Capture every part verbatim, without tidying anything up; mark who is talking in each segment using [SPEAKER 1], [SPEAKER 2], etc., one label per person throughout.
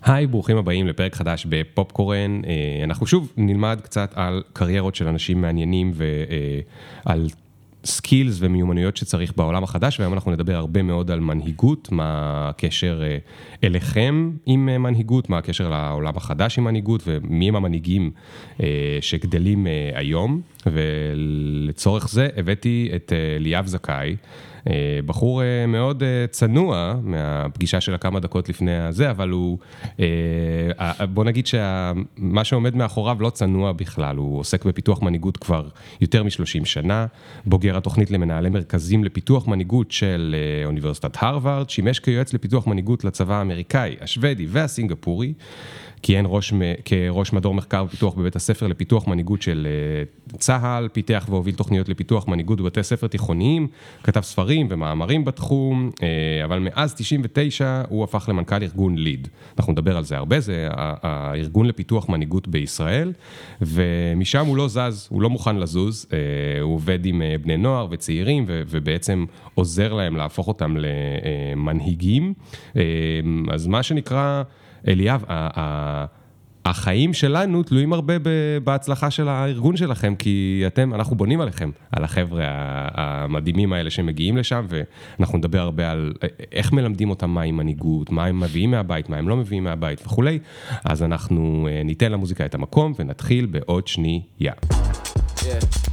[SPEAKER 1] היי, ברוכים הבאים לפרק חדש בפופקורן. אנחנו שוב נלמד קצת על קריירות של אנשים מעניינים ועל סקילס ומיומנויות שצריך בעולם החדש, והיום אנחנו נדבר הרבה מאוד על מנהיגות, מה הקשר אליכם עם מנהיגות, מה הקשר לעולם החדש עם מנהיגות, ומי הם המנהיגים שגדלים היום. ולצורך זה הבאתי את ליאב זכאי, בחור מאוד צנוע מהפגישה של כמה דקות לפני הזה, אבל הוא, בוא נגיד שמה שעומד מאחוריו לא צנוע בכלל, הוא עוסק בפיתוח מנהיגות כבר יותר מ-שלושים שנה, בוגר התוכנית למנהלי מרכזים לפיתוח מנהיגות של אוניברסיטת הרווארד, שימש כיועץ לפיתוח מנהיגות לצבא האמריקאי, השוודי והסינגפורי, כיהן ראש, כראש מדור מחקר ופיתוח בבית הספר לפיתוח מנהיגות של צה"ל, פיתח והוביל תוכניות לפיתוח מנהיגות בבתי ספר תיכוניים, כתב ספרים ומאמרים בתחום, אבל מאז תשעים ותשע הוא הפך למנכ"ל ארגון ליד. אנחנו נדבר על זה הרבה, זה הארגון לפיתוח מנהיגות בישראל, ומשם הוא לא זז, הוא לא מוכן לזוז, הוא עובד עם בני נוער וצעירים, ובעצם עוזר להם להפוך אותם למנהיגים. אז מה שנקרא, אליאב, החיים שלנו תלויים הרבה בהצלחה של הארגון שלכם, כי אתם, אנחנו בונים עליכם, על החבר'ה המדהימים האלה שמגיעים לשם, ואנחנו נדבר הרבה על איך מלמדים אותם מהי מנהיגות, מה הם מביאים מהבית, מה הם לא מביאים מהבית וכו'. אז אנחנו ניתן למוזיקה את המקום, ונתחיל בעוד שנייה. Yeah.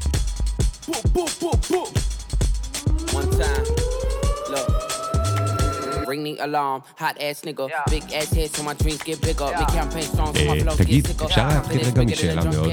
[SPEAKER 1] One time. Look. Ring the alarm, hot ass nigga, big ass head so my dreams get bigger, big campaign songs so my flows get sicker. אפשר להתחיל רגע משאלה מאוד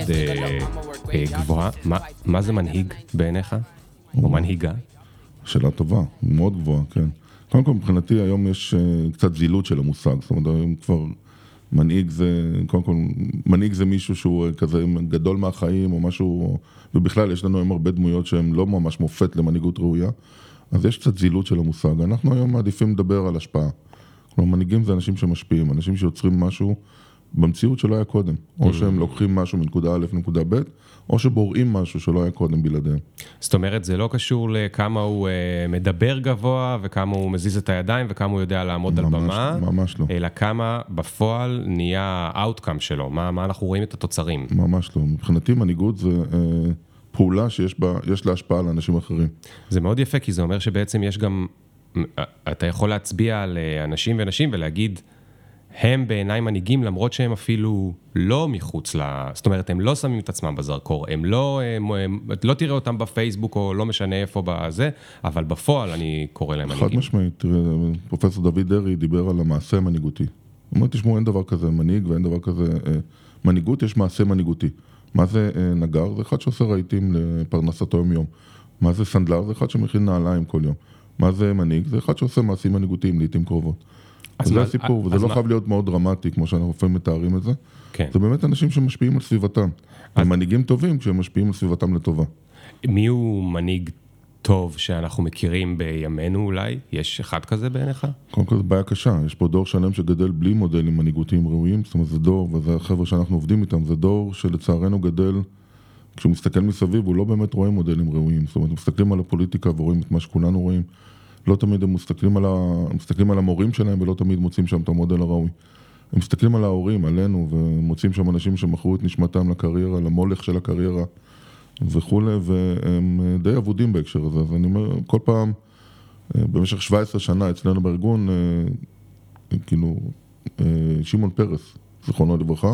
[SPEAKER 1] גבוהה, מה זה מנהיג בעיניך? או מנהיגה?
[SPEAKER 2] שאלה טובה, מאוד גבוהה, כן. קודם כל מבחינתי היום יש קצת זילות של המושג, זאת אומרת היום כבר מנהיג זה, קודם כל מנהיג זה מישהו שהוא כזה גדול מהחיים או משהו, ובכלל יש לנו היום הרבה דמויות שהן לא ממש מופת למנהיגות ראויה, אז יש קצת זילות של המושג. אנחנו היום מעדיפים לדבר על השפעה. כלומר, מנהיגים זה אנשים שמשפיעים, אנשים שיוצרים משהו במציאות שלא היה קודם. או שהם לוקחים משהו מנקודה א' לנקודה ב', או שבוראים משהו שלא היה קודם בלעדיהם.
[SPEAKER 1] זאת אומרת, זה לא קשור לכמה הוא מדבר גבוה, וכמה הוא מזיז את הידיים, וכמה הוא יודע לעמוד על במה.
[SPEAKER 2] ממש לא.
[SPEAKER 1] אלא כמה בפועל נהיה האוטקאם שלו, מה, מה אנחנו רואים את התוצרים.
[SPEAKER 2] ממש לא. מבחינתי מנהיגות זה פעולה שיש בה, יש לה השפעה על אנשים אחרים.
[SPEAKER 1] זה מאוד יפה, כי זה אומר שבעצם יש גם, אתה יכול להצביע על אנשים ונשים ולהגיד, הם בעיניי מנהיגים, למרות שהם אפילו לא מחוץ ל... זאת אומרת, הם לא שמים את עצמם בזרקור, הם לא, הם, הם, לא תראה אותם בפייסבוק או לא משנה איפה בזה, אבל בפועל אני קורא להם מנהיגים.
[SPEAKER 2] חד משמעית, תראה, פרופסור דוד דרי דיבר על המעשה המנהיגותי. הוא אומר, תשמעו, אין דבר כזה מנהיג ואין דבר כזה מנהיגות, יש מעשה מנהיגותי. מה זה נגר? זה אחד שעושה רהיטים לפרנסתו יום יום. מה זה סנדלר? זה אחד שמכין נעליים כל יום. מה זה מנהיג? זה אחד שעושה מעשים מנהיגותיים לעתים קרובות. זה הסיפור, וזה לא חייב להיות מאוד דרמטי, כמו שאנחנו לפעמים מתארים את זה. זה באמת אנשים שמשפיעים על סביבתם. הם מנהיגים טובים כשהם משפיעים על סביבתם לטובה.
[SPEAKER 1] מי הוא מנהיג טוב שאנחנו מכירים בימינו אולי? יש אחד כזה בעיניך?
[SPEAKER 2] קודם כל זה בעיה קשה. יש פה דור שלם שגדל בלי מודלים מנהיגותיים ראויים. זאת אומרת, זה דור, וזה החבר'ה שאנחנו עובדים איתם, זה דור שלצערנו גדל, כשהוא מסתכל מסביב, הוא לא באמת רואה מודלים ראויים. זאת אומרת, מסתכלים על הפוליטיקה ורואים את מה שכולנו רואים. לא תמיד הם מסתכלים על, ה... מסתכלים על המורים שלהם, ולא תמיד מוצאים שם את המודל הראוי. הם מסתכלים על ההורים, עלינו, ומוצאים שם אנשים שמכרו את נשמתם לקריירה, למולך של הקריירה, וכו', והם די עבודים בהקשר הזה. אז אני אומר, כל פעם, במשך שבע עשרה שנה אצלנו בארגון, כאילו, שמעון פרס, זכרונו לברכה,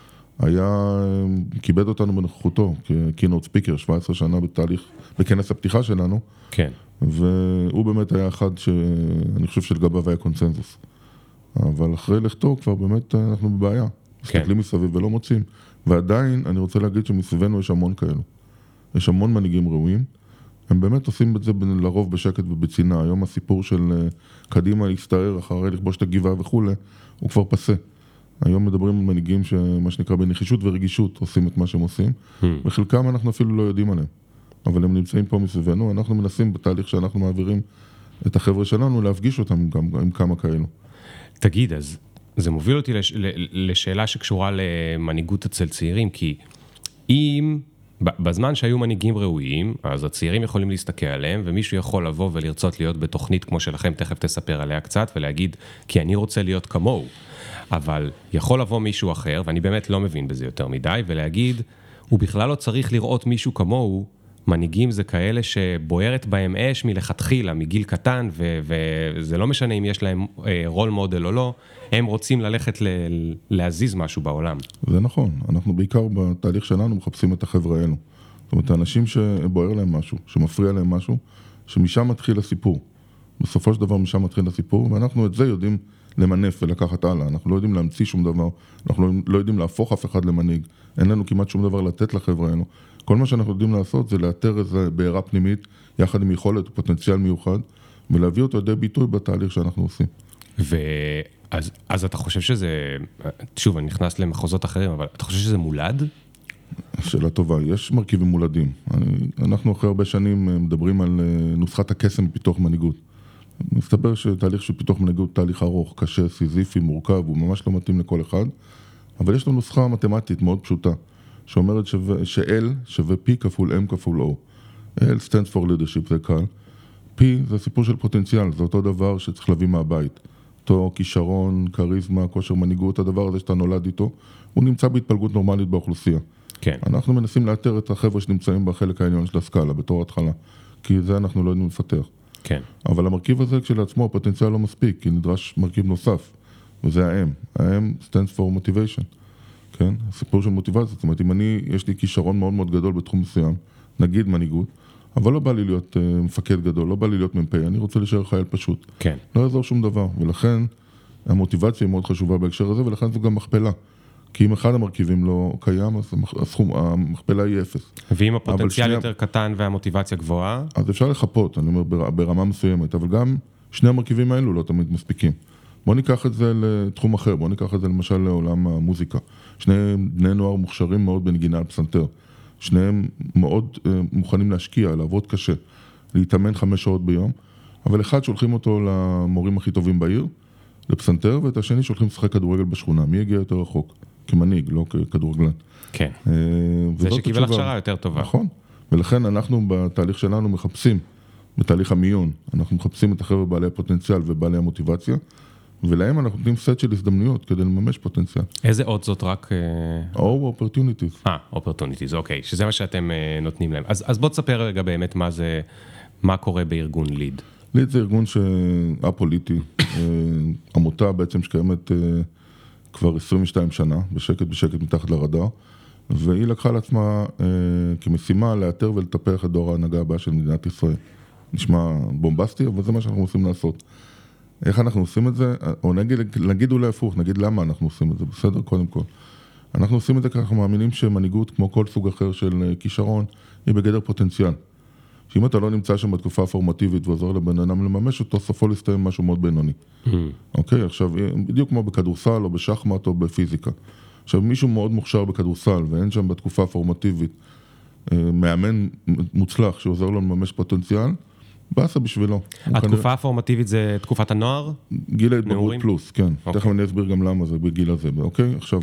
[SPEAKER 2] היה, כיבד אותנו בנוכחותו, כקיינות ספיקר, שבע עשרה שנה בתהליך, בכנס הפתיחה שלנו.
[SPEAKER 1] כן.
[SPEAKER 2] והוא באמת היה אחד שאני חושב שלגביו היה קונצנזוס. אבל אחרי לכתו כבר באמת אנחנו בבעיה. מסתכלים מסביב ולא מוצאים. ועדיין אני רוצה להגיד שמסביבנו יש המון כאלו. יש המון מנהיגים ראויים. הם באמת עושים את זה לרוב בשקט ובצינה. היום הסיפור של קדימה להסתער אחרי לכבוש את הגבעה וכו', הוא כבר פסה. היום מדברים על מנהיגים שמה שנקרא בנחישות ורגישות עושים את מה שהם עושים. וחלקם אנחנו אפילו לא יודעים עליהם. אבל הם נמצאים פה מסביבנו, אנחנו מנסים בתהליך שאנחנו מעבירים את החבר'ה שלנו, להפגיש אותם גם עם כמה כאלו.
[SPEAKER 1] תגיד, אז זה מוביל אותי לש, לשאלה שקשורה למנהיגות אצל צעירים, כי אם בזמן שהיו מנהיגים ראויים, אז הצעירים יכולים להסתכל עליהם, ומישהו יכול לבוא ולרצות להיות בתוכנית כמו שלכם, תכף תספר עליה קצת, ולהגיד, כי אני רוצה להיות כמוהו. אבל יכול לבוא מישהו אחר, ואני באמת לא מבין בזה יותר מדי, ולהגיד, הוא בכלל לא צריך לראות מישהו כמוהו, מנהיגים זה כאלה שבוערת בהם אש מלכתחילה, מגיל קטן, ו- וזה לא משנה אם יש להם רול מודל או לא, הם רוצים ללכת ל- להזיז משהו בעולם.
[SPEAKER 2] זה נכון, אנחנו בעיקר בתהליך שלנו מחפשים את החבר'ה האלו. זאת אומרת, האנשים שבוער להם משהו, שמפריע להם משהו, שמשם מתחיל הסיפור. בסופו של דבר משם מתחיל הסיפור, ואנחנו את זה יודעים למנף ולקחת הלאה. אנחנו לא יודעים להמציא שום דבר, אנחנו לא יודעים להפוך אף אחד למנהיג, אין לנו כמעט שום דבר לתת לחבר'ה האלו. כל מה שאנחנו יודעים לעשות זה לאתר איזה בעירה פנימית, יחד עם יכולת ופוטנציאל מיוחד, ולהביא אותו לידי ביטוי בתהליך שאנחנו עושים.
[SPEAKER 1] ואז, אז אתה חושב שזה, שוב, אני נכנס למחוזות אחרים, אבל אתה חושב שזה מולד?
[SPEAKER 2] שאלה טובה, יש מרכיבים מולדים. אני, אנחנו אחרי הרבה שנים מדברים על נוסחת הקסם בפיתוח מנהיגות. מסתבר שתהליך של פיתוח מנהיגות תהליך ארוך, קשה, סיזיפי, מורכב, הוא ממש לא מתאים לכל אחד, אבל יש לו נוסחה מתמטית מאוד פשוטה, שאומרת ש-L שווה P כפול M כפול O. L stands for leadership, זה קל. P זה סיפור של פוטנציאל, זה אותו דבר שצריך להביא מהבית. אותו כישרון, קריזמה, כושר מנהיגות, הדבר הזה שאתה נולד איתו, הוא נמצא בהתפלגות נורמלית באוכלוסייה.
[SPEAKER 1] כן.
[SPEAKER 2] אנחנו מנסים לאתר את החבר'ה שנמצאים בחלק העליון של הסקאלה, בתור התחלה, כי זה אנחנו לא יודעים לפתח.
[SPEAKER 1] כן.
[SPEAKER 2] אבל המרכיב הזה כשלעצמו, הפוטנציאל לא מספיק, כי נדרש מרכיב נוסף, וזה ה-M. ה-M stands for motivation. כן? הסיפור של מוטיבציה, זאת אומרת, אם אני, יש לי כישרון מאוד מאוד גדול בתחום מסוים, נגיד מנהיגות, אבל לא בא לי להיות uh, מפקד גדול, לא בא לי להיות מ"פ, אני רוצה להישאר חייל פשוט.
[SPEAKER 1] כן.
[SPEAKER 2] לא יעזור שום דבר, ולכן המוטיבציה היא מאוד חשובה בהקשר הזה, ולכן זו גם מכפלה. כי אם אחד המרכיבים לא קיים, אז הסכום, המכפלה היא אפס.
[SPEAKER 1] ואם הפוטנציאל יותר קטן והמוטיבציה גבוהה?
[SPEAKER 2] אז אפשר לחפות, אני אומר, ברמה מסוימת, אבל גם שני המרכיבים האלו לא תמיד מספיקים. בוא ניקח את זה לתחום אחר, בוא ניקח את זה למשל לעולם המוזיקה. שני בני נוער מוכשרים מאוד בנגינה על פסנתר. שניהם מאוד uh, מוכנים להשקיע, לעבוד קשה, להתאמן חמש שעות ביום, אבל אחד שולחים אותו למורים הכי טובים בעיר, לפסנתר, ואת השני שולחים לשחק כדורגל בשכונה. מי יגיע יותר רחוק? כמנהיג, לא ככדורגלן.
[SPEAKER 1] כן. Uh, זה שקיבל הכשרה יותר טובה.
[SPEAKER 2] נכון. ולכן אנחנו בתהליך שלנו מחפשים, בתהליך המיון, אנחנו מחפשים את החבר'ה בעלי הפוטנציאל ובעלי המוטיבציה, ולהם אנחנו נותנים סט של הזדמנויות כדי לממש פוטנציאל.
[SPEAKER 1] איזה עוד זאת רק?
[SPEAKER 2] או opportunities.
[SPEAKER 1] אה, opportunities, אוקיי, שזה מה שאתם נותנים להם. אז, אז בוא תספר רגע באמת מה זה, מה קורה בארגון ליד.
[SPEAKER 2] ליד זה ארגון שאפוליטי, עמותה בעצם שקיימת כבר עשרים ושתיים שנה, בשקט בשקט מתחת לרדאר, והיא לקחה לעצמה כמשימה לאתר ולטפח את דור ההנהגה הבא של מדינת ישראל. נשמע בומבסטי, אבל זה מה שאנחנו רוצים לעשות. איך אנחנו עושים את זה? או נגיד, נגיד אולי הפוך, נגיד למה אנחנו עושים את זה, בסדר? קודם כל. אנחנו עושים את זה ככה, אנחנו מאמינים שמנהיגות, כמו כל סוג אחר של כישרון, היא בגדר פוטנציאל. שאם אתה לא נמצא שם בתקופה הפורמטיבית ועוזר לבן אדם לממש אותו, סופו להסתיים משהו מאוד בינוני. אוקיי? עכשיו, בדיוק כמו בכדורסל או בשחמט או בפיזיקה. עכשיו, מישהו מאוד מוכשר בכדורסל, ואין שם בתקופה הפורמטיבית מאמן מוצלח שעוזר לו לממש פוטנציאל, בעשה בשבילו.
[SPEAKER 1] התקופה הפורמטיבית זה תקופת הנוער?
[SPEAKER 2] גיל ההתבגרות פלוס, כן. תכף אני אסביר גם למה זה בגיל הזה, אוקיי? עכשיו,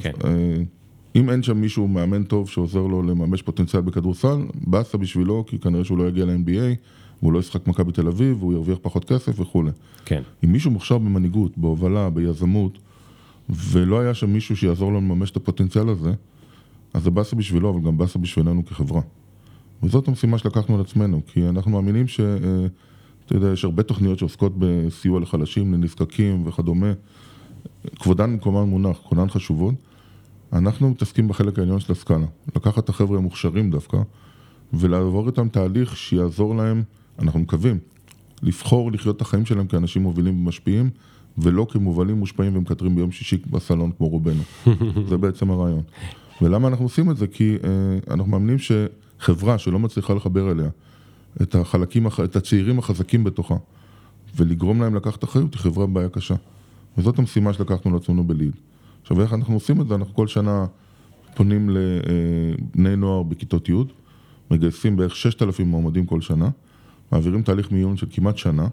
[SPEAKER 2] אם אין שם מישהו מאמן טוב שעוזר לו לממש פוטנציאל בכדורסל, בעשה בשבילו, כי כנראה שהוא לא יגיע ל-אן בי איי, והוא לא ישחק מכבי בתל אביב, והוא ירוויח פחות כסף וכו'.
[SPEAKER 1] כן.
[SPEAKER 2] אם מישהו מוכשר במנהיגות, בהובלה, ביזמות, ולא היה שם מישהו שיעזור לו לממש את הפוטנציאל הזה, אז זה בעשה בשבילו, אבל גם בעשה בשבילנו כחברה. וזאת המשימה שלקחנו על עצמנו, כי אנחנו מאמינים ש, אתה יודע, יש הרבה תוכניות שעוסקות בסיוע לחלשים, לנזקקים וכדומה. כבודן במקומן מונח, כבודן חשובות. אנחנו מתעסקים בחלק העליון של הסקאלה. לקחת את החבר'ה המוכשרים דווקא, ולעבור איתם תהליך שיעזור להם, אנחנו מקווים, לבחור לחיות את החיים שלהם כאנשים מובילים ומשפיעים, ולא כמובלים מושפעים ומקטרים ביום שישי בסלון כמו רובנו. זה בעצם הרעיון. ולמה אנחנו עושים את זה? כי אה, אנחנו מאמינים שחברה שלא מצליחה לחבר אליה את החלקים, את הצעירים החזקים בתוכה, ולגרום להם לקחת אחריות, היא חברה בעיה קשה. וזאת המשימה שלקחנו לעצמנו בליד. עכשיו, איך אנחנו עושים את זה? אנחנו כל שנה פונים לבני נוער בכיתות י', מגייסים בערך ששת אלפים מועמדים כל שנה, מעבירים תהליך מיון של כמעט שנה,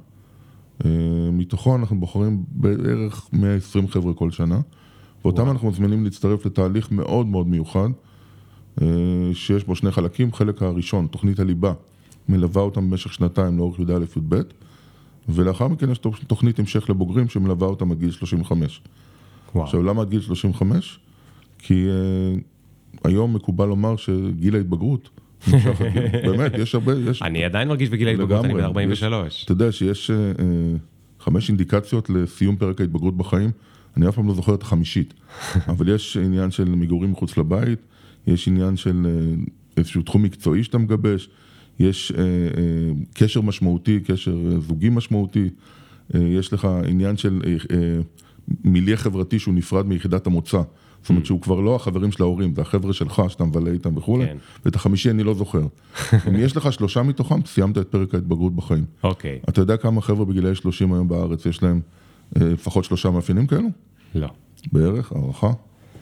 [SPEAKER 2] מתוכו אנחנו בוחרים בערך מאה ועשרים חבר'ה כל שנה, ואותם אנחנו מזמינים להצטרף לתהליך מאוד מאוד מיוחד, שיש בו שני חלקים, חלק הראשון, תוכנית הליבה, מלווה אותם במשך שנתיים לאורך י"א י"ב, ולאחר מכן יש תוכנית המשך לבוגרים שמלווה אותם עד גיל שלושים וחמש.
[SPEAKER 1] וואו.
[SPEAKER 2] עכשיו, למה עד גיל שלושים וחמש? כי uh, היום מקובל לומר שגיל ההתבגרות נמשך עד גיל. באמת, יש הרבה... יש...
[SPEAKER 1] אני עדיין מרגיש בגיל ההתבגרות, אני ב-ארבעים ושלוש.
[SPEAKER 2] אתה יודע שיש uh, חמש אינדיקציות לסיום פרק ההתבגרות בחיים, אני אף פעם לא זוכר את החמישית, אבל יש עניין של מגורים מחוץ לבית, יש עניין של uh, איזשהו תחום מקצועי שאתה מגבש, יש uh, uh, קשר משמעותי, קשר uh, זוגי משמעותי, uh, יש לך עניין של uh, uh, מיליה חברתי שהוא נפרד מיחידת המוצא, זאת אומרת שהוא כבר לא החברים של ההורים, זה החבר'ה שלך שאתה מבלה איתם וכו', כן. ואת החמישי אני לא זוכר. אם יש לך שלושה מתוכם, סיימת את פרק ההתבגרות בחיים.
[SPEAKER 1] אוקיי.
[SPEAKER 2] אתה יודע כמה חבר'ה בגילי שלושים היום בארץ יש להם uh, לפחות שלושה מאפיינים כאלו?
[SPEAKER 1] לא.
[SPEAKER 2] בערך, הערכה?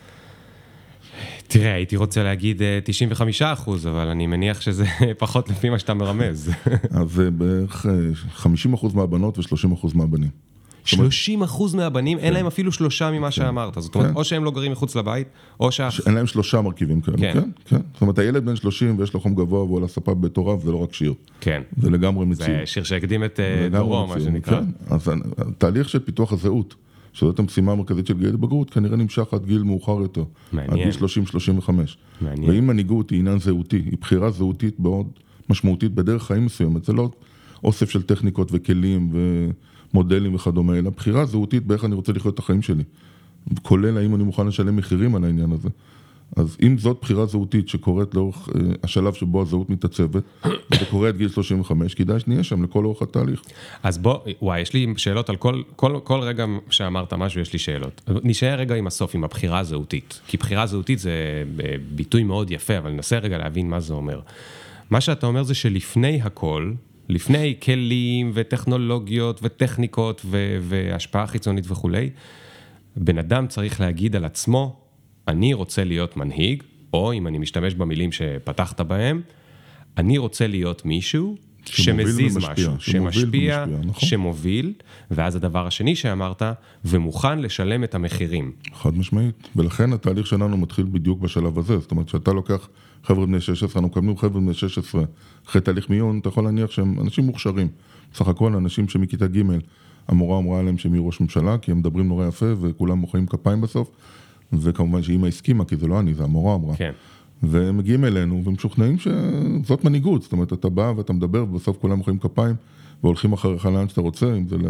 [SPEAKER 1] תראה, הייתי רוצה להגיד תשעים וחמישה אחוז, אבל אני מניח שזה פחות לפי מה שאתה מרמז.
[SPEAKER 2] אז זה בערך חמישים אחוז מהבנות ו-שלושים אחוז מהבנים.
[SPEAKER 1] שלושים אחוז מהבנים, אין להם אפילו שלושה ממה שאמרת. זאת אומרת, או שהם לא גרים מחוץ לבית, או שה...
[SPEAKER 2] אין להם שלושה מרכיבים כאלה, כן, כן. זאת אומרת, הילד בן שלושים ויש לו חום גבוה והוא על הספה בבית הוריו, זה לא רק שיר.
[SPEAKER 1] כן.
[SPEAKER 2] זה לגמרי מציאות.
[SPEAKER 1] זה שיר שהקדים את דורו, מה שנקרא.
[SPEAKER 2] כן, אז התהליך של פיתוח הזהות, שזאת המשימה המרכזית של גיל התבגרות, כנראה נמשך עד גיל מאוחר יותר. מעניין. עד גיל שלושים שלושים וחמש. מעניין. ואם מנהיגות היא עניין זהותי, היא בחירה זהותית מאוד משמעותית בדרך חיים מסוימת. זה לא אוסף של טכניקות וכלים ומודלים וכדומה, אלא בחירה זהותית באיך אני רוצה לחיות את החיים שלי. כולל האם אני מוכן לשלם מחירים על העניין הזה. אז אם זאת בחירה זהותית שקורית לאורך אה, השלב שבו הזהות מתעצבת, וזה קורה עד גיל שלושים וחמש, כדאי שנהיה שם לכל אורך התהליך.
[SPEAKER 1] אז בוא, וואי, יש לי שאלות על כל, כל, כל רגע שאמרת משהו, יש לי שאלות. נשאר רגע עם הסוף, עם הבחירה הזהותית. כי בחירה זהותית זה ביטוי מאוד יפה, אבל ננסה רגע להבין מה זה אומר. מה שאתה אומר זה שלפני הכל, לפני כלים וטכנולוגיות וטכניקות ו- והשפעה חיצונית וכולי, בן אדם צריך להגיד על עצמו, אני רוצה להיות מנהיג, או אם אני משתמש במילים שפתחת בהם, אני רוצה להיות מישהו שמזיז משהו, שמשפיע, שמוביל, ואז הדבר השני שאמרת, ומוכן לשלם את המחירים.
[SPEAKER 2] חד משמעית, ולכן התהליך שלנו מתחיל בדיוק בשלב הזה, זאת אומרת שאתה לוקח חבר'ה בני שש עשרה, אנחנו מקבלים חבר'ה בני שש עשרה, אחרי תהליך מיון, אתה יכול להניח שהם אנשים מוכשרים, בסך הכל אנשים שמכיתה ג' המורה אמרה עליהם שהם יהיו ראש ממשלה, כי הם מדברים נורא יפה וכולם מוחאים כפיים בסוף, וכמובן שאמא הסכימה, כי זה לא אני, זה המורה אמרה. כן. והם מגיעים אלינו ומשוכנעים שזאת מנהיגות, זאת אומרת, אתה בא ואתה מדבר, ובסוף כולם מוחאים כפיים, והולכים אחריך לאן שאתה רוצה, אם זה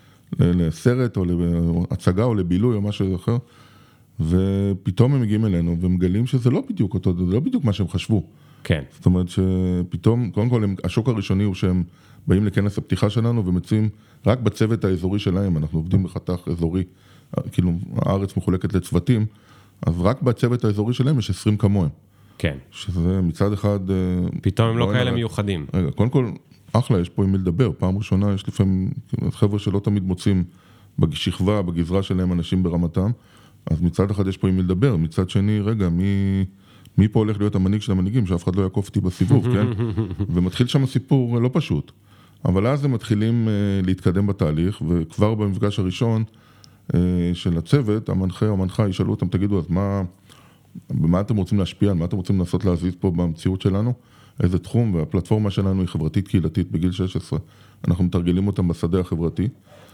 [SPEAKER 2] לסרט או להצגה או לבילוי או משהו אחר, ופתאום הם מגיעים אלינו ומגלים שזה לא בדיוק אותו, זה לא בדיוק מה שהם חשבו.
[SPEAKER 1] כן.
[SPEAKER 2] זאת אומרת שפתאום, קודם כל, השוק הראשוני הוא שהם באים לכנס הפתיחה שלנו ומציעים רק בצוות האזורי שלהם, אנחנו עובדים בחתך אזורי, כאילו הארץ מחולקת לצוותים, אז רק בצוות האזורי שלהם יש עשרים כמוהם.
[SPEAKER 1] כן.
[SPEAKER 2] שזה מצד אחד...
[SPEAKER 1] פתאום הם לא כאלה מיוחדים.
[SPEAKER 2] רגע, קודם כל, אחלה, יש פה עם מי לדבר. פעם ראשונה יש לפעמים חבר'ה שלא תמיד מוצאים בשכבה, בגזרה שלהם אנשים ברמתם, אז מצד אחד יש פה עם מי לדבר. מצד שני, רגע, מי, מי פה הולך להיות המנהיג של המנהיגים, שאף אחד לא יעקוף אותי בסיבוב, כן? ומתחיל שם סיפור לא פשוט. אבל אז הם מתחילים להתקדם בתהליך, וכבר במפגש הראשון של הצוות, המנחה או המנחה ישאלו אותם, תגידו, אז מה, במה אתם רוצים להשפיע, מה אתם רוצים לנסות להזיז פה במציאות שלנו, איזה תחום, והפלטפורמה שלנו היא חברתית קהילתית בגיל שש עשרה, אנחנו מתרגלים אותם בשדה החברתי,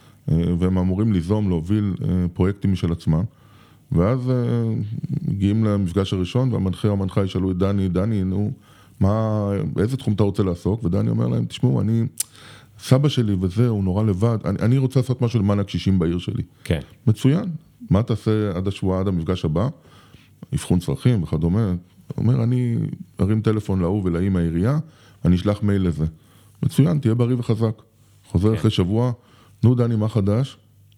[SPEAKER 2] והם אמורים ליזום, להוביל פרויקטים משל עצמם, ואז מגיעים למפגש הראשון, והמנחה או המנחה ישאלו את דני, דני, נו, מה, באיזה תחום אתה רוצה לעסוק? ודני אומר להם, תשמעו, אני... סבא שלי וזה, הוא נורא לבד, אני, אני רוצה לעשות משהו למען הקשישים בעיר שלי.
[SPEAKER 1] כן.
[SPEAKER 2] מצוין. מה תעשה עד השבוע, עד המפגש הבא? אבחון צרכים וכדומה. הוא אומר, אני ארים טלפון להוא ולאי מהעירייה, אני אשלח מייל לזה. מצוין, תהיה בריא וחזק. חוזר כן. אחרי שבוע, נו דני, מה חדש?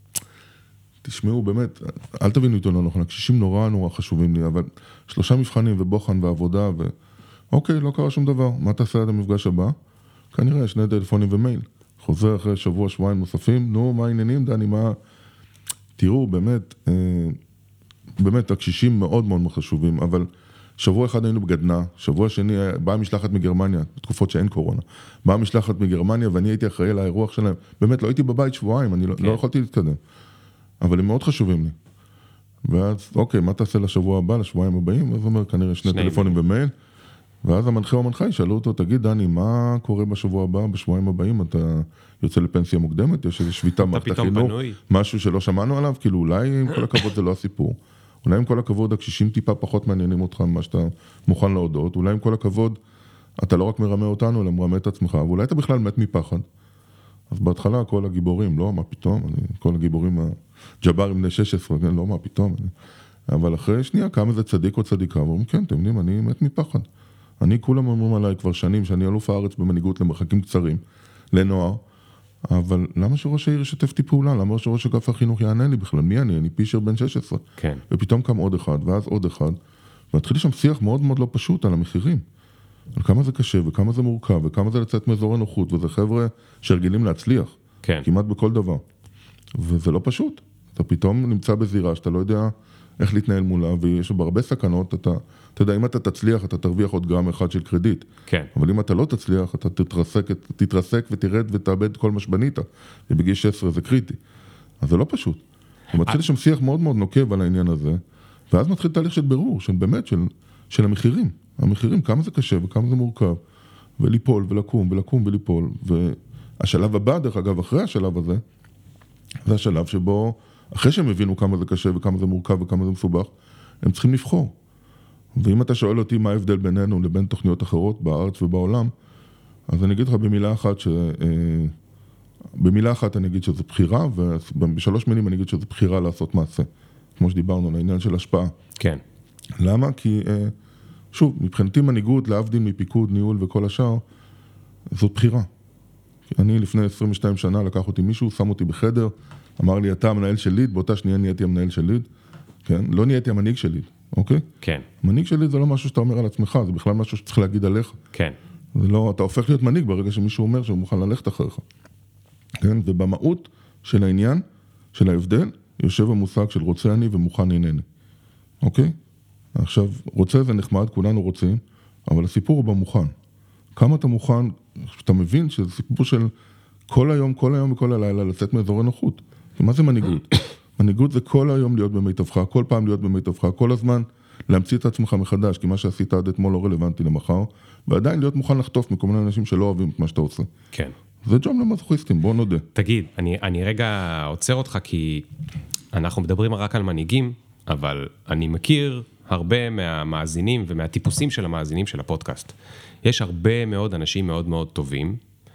[SPEAKER 2] תשמעו, באמת, אל תבינו איתו לא נכון, הקשישים נורא נורא חשובים לי, אבל שלושה מבחנים ובוחן ועבודה, ו... אוקיי, לא קרה שום דבר. מה תעשה עד המפגש הבא? כנראה שני טלפונים ומייל. חוזר אחרי שבוע, שבועיים נוספים, נו, מה העניינים, דני, מה... תראו, באמת, אה, באמת, הקשישים מאוד מאוד חשובים, אבל שבוע אחד היינו בגדנה, שבוע שני באה משלחת מגרמניה, בתקופות שאין קורונה, באה משלחת מגרמניה ואני הייתי אחראי לאירוח שלהם, באמת, לא הייתי בבית שבועיים, אני לא, כן. לא יכולתי להתקדם, אבל הם מאוד חשובים לי. ואז, אוקיי, מה תעשה לשבוע הבא, לשבועיים הבאים? אז הוא אומר, כנראה שני טלפונים במייל, ואז המנחה או המנחה ישאלו אותו, תגיד, דני, מה קורה בשבוע הבא, בשבועיים הבאים? אתה יוצא לפנסיה מוקדמת? יש איזו שביתה מערכת החינוך, משהו שלא שמענו עליו? כאילו, אולי עם כל הכבוד זה לא הסיפור. אולי עם כל הכבוד, הקשישים טיפה פחות מעניינים אותך ממה שאתה מוכן להודות. אולי עם כל הכבוד, אתה לא רק מרמה אותנו, אלא מרמה את עצמך, ואולי אתה בכלל מת מפחד. אז בהתחלה כל הגיבורים, לא, מה פתאום? אני, כל הגיבורים, הג'ברים בני שש עשרה, לא, מה פתאום? אני, אבל אחרי שנייה, כמה זה צדיק או צדיקה, ואומרים, כן, אתם יודעים, אני מת מפחד. אני כולם אומרים עליי כבר שנים, שאני אלוף הארץ במנהיגות למרחקים קצרים, לנוער, אבל למה שראש העיר ישתף לי פעולה? למה שראש אגף החינוך יענה לי בכלל? מי אני? אני פישר בן שש עשרה.
[SPEAKER 1] כן.
[SPEAKER 2] ופתאום קם עוד אחד, ואז עוד אחד, והתחיל שם שיח מאוד מאוד לא פשוט על המחירים. על כמה זה קשה, וכמה זה מורכב, וכמה זה לצאת מאזור הנוחות, וזה חבר'ה שרגילים להצליח.
[SPEAKER 1] כן.
[SPEAKER 2] כמעט בכל דבר. וזה לא פשוט. אתה פתאום נמצא בזירה שאתה לא יודע איך להתנהל מולה, ויש בהרבה סכנות, אתה, אתה יודע, אם אתה תצליח, אתה תרוויח עוד גרם אחד של קרדיט.
[SPEAKER 1] כן.
[SPEAKER 2] אבל אם אתה לא תצליח, אתה תתרסק, תתרסק ותרד ותאבד כל מה שבנית. ובגיל שש עשרה זה קריטי. אז זה לא פשוט. ומתחיל שם שיח מאוד מאוד נוקב על העניין הזה, ואז מתחיל תהליך של בירור, של באמת, של, של המחירים. המחירים, כמה זה קשה וכמה זה מורכב. וליפול ולקום ולקום וליפול. והשלב הבא, דרך אגב, אחרי השלב הזה, זה השלב שבו, אחרי שהם הבינו כמה זה קשה וכמה זה מורכב וכמה זה מסובך, הם צריכים לבחור. ואם אתה שואל אותי מה ההבדל בינינו לבין תוכניות אחרות בארץ ובעולם, אז אני אגיד לך במילה אחת ש... במילה אחת אני אגיד שזה בחירה, ובשלוש מילים אני אגיד שזה בחירה לעשות מעשה. כמו שדיברנו על העניין של השפעה.
[SPEAKER 1] כן.
[SPEAKER 2] למה? כי, שוב, מבחינתי מנהיגות, להבדיל מפיקוד, ניהול וכל השאר, זאת בחירה. אני לפני עשרים ושתיים שנה לקח אותי מישהו, שם אותי בחדר, אמר לי, אתה המנהל של ליד, באותה שנייה נהייתי המנהל של ליד, כן? לא נהייתי המנהיג של ליד, אוקיי?
[SPEAKER 1] כן.
[SPEAKER 2] מנהיג של ליד זה לא משהו שאתה אומר על עצמך, זה בכלל משהו שצריך להגיד עליך.
[SPEAKER 1] כן.
[SPEAKER 2] זה לא, אתה הופך להיות מנהיג ברגע שמישהו אומר שהוא מוכן ללכת אחריך. כן? ובמהות של העניין, של ההבדל, יושב המושג של רוצה אני ומוכן אינני. אוקיי? עכשיו, רוצה זה נחמד, כולנו רוצים, אבל הסיפור הוא במוכן. כמה אתה מוכן, שאתה מבין שזה סיפור של כל היום, כל היום וכל הלילה לצאת מאזור הנוחות. מה זה מנהיגות? מנהיגות זה כל היום להיות במיטבך, כל פעם להיות במיטבך, כל הזמן להמציא את עצמך מחדש, כי מה שעשית עד אתמול לא רלוונטי למחר, ועדיין להיות מוכן לחטוף מכל מיני אנשים שלא אוהבים את מה שאתה עושה.
[SPEAKER 1] כן.
[SPEAKER 2] זה ג'וב למזוכיסטים, בוא נודה.
[SPEAKER 1] תגיד, אני, אני רגע עוצר אותך, כי אנחנו מדברים רק על מנהיגים, אבל אני מכיר הרבה מהמאזינים ומהטיפוסים של המאזינים של הפודקאסט. יש הרבה מאוד אנשים מאוד מאוד טובים,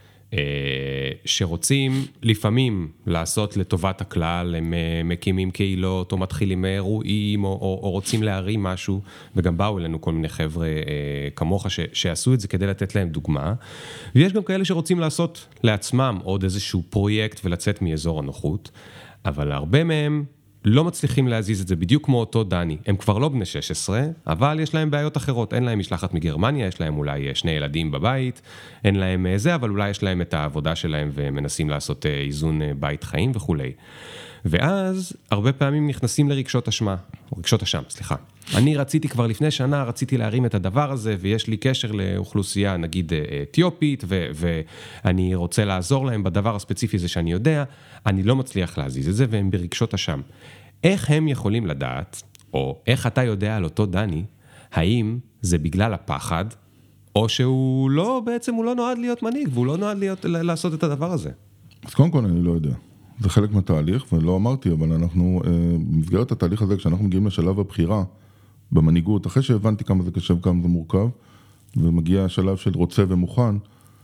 [SPEAKER 1] שרוצים לפעמים לעשות לטובת הכלל, הם מקימים קהילות או מתחילים אירועים או, או, או רוצים להרים משהו, וגם באו אלינו כל מיני חבר'ה כמוך ש, שעשו את זה כדי לתת להם דוגמה, ויש גם כאלה שרוצים לעשות לעצמם עוד איזשהו פרויקט ולצאת מאזור הנוחות, אבל הרבה מהם לא מצליחים להזיז את זה, בדיוק כמו אותו דני. הם כבר לא בני שש עשרה, אבל יש להם בעיות אחרות. אין להם משלחת מגרמניה, יש להם אולי שני ילדים בבית, אין להם זה, אבל אולי יש להם את העבודה שלהם, ומנסים לעשות איזון בית חיים וכו'. ואז, הרבה פעמים נכנסים לרגשות אשמה, או רגשות אשם, סליחה. אני רציתי כבר לפני שנה, רציתי להרים את הדבר הזה, ויש לי קשר לאוכלוסייה, נגיד אתיופית, ו- ואני רוצה לעזור להם בדבר הספציפי הזה שאני יודע, אני לא מצליח להזיז את זה, והם ברגשות אשם. איך הם יכולים לדעת, או איך אתה יודע על אותו דני, האם זה בגלל הפחד, או שהוא לא, בעצם הוא לא נועד להיות מנהיג, והוא לא נועד להיות, לעשות את הדבר הזה?
[SPEAKER 2] אז קודם כל אני לא יודע. זה חלק מהתהליך, ולא אמרתי, אבל אנחנו, במסגרת התהליך הזה, כשאנחנו מגיעים לשלב הבחירה, במנהיגות, אחרי שהבנתי כמה זה קשה וכמה זה מורכב, ומגיע השלב של רוצה ומוכן,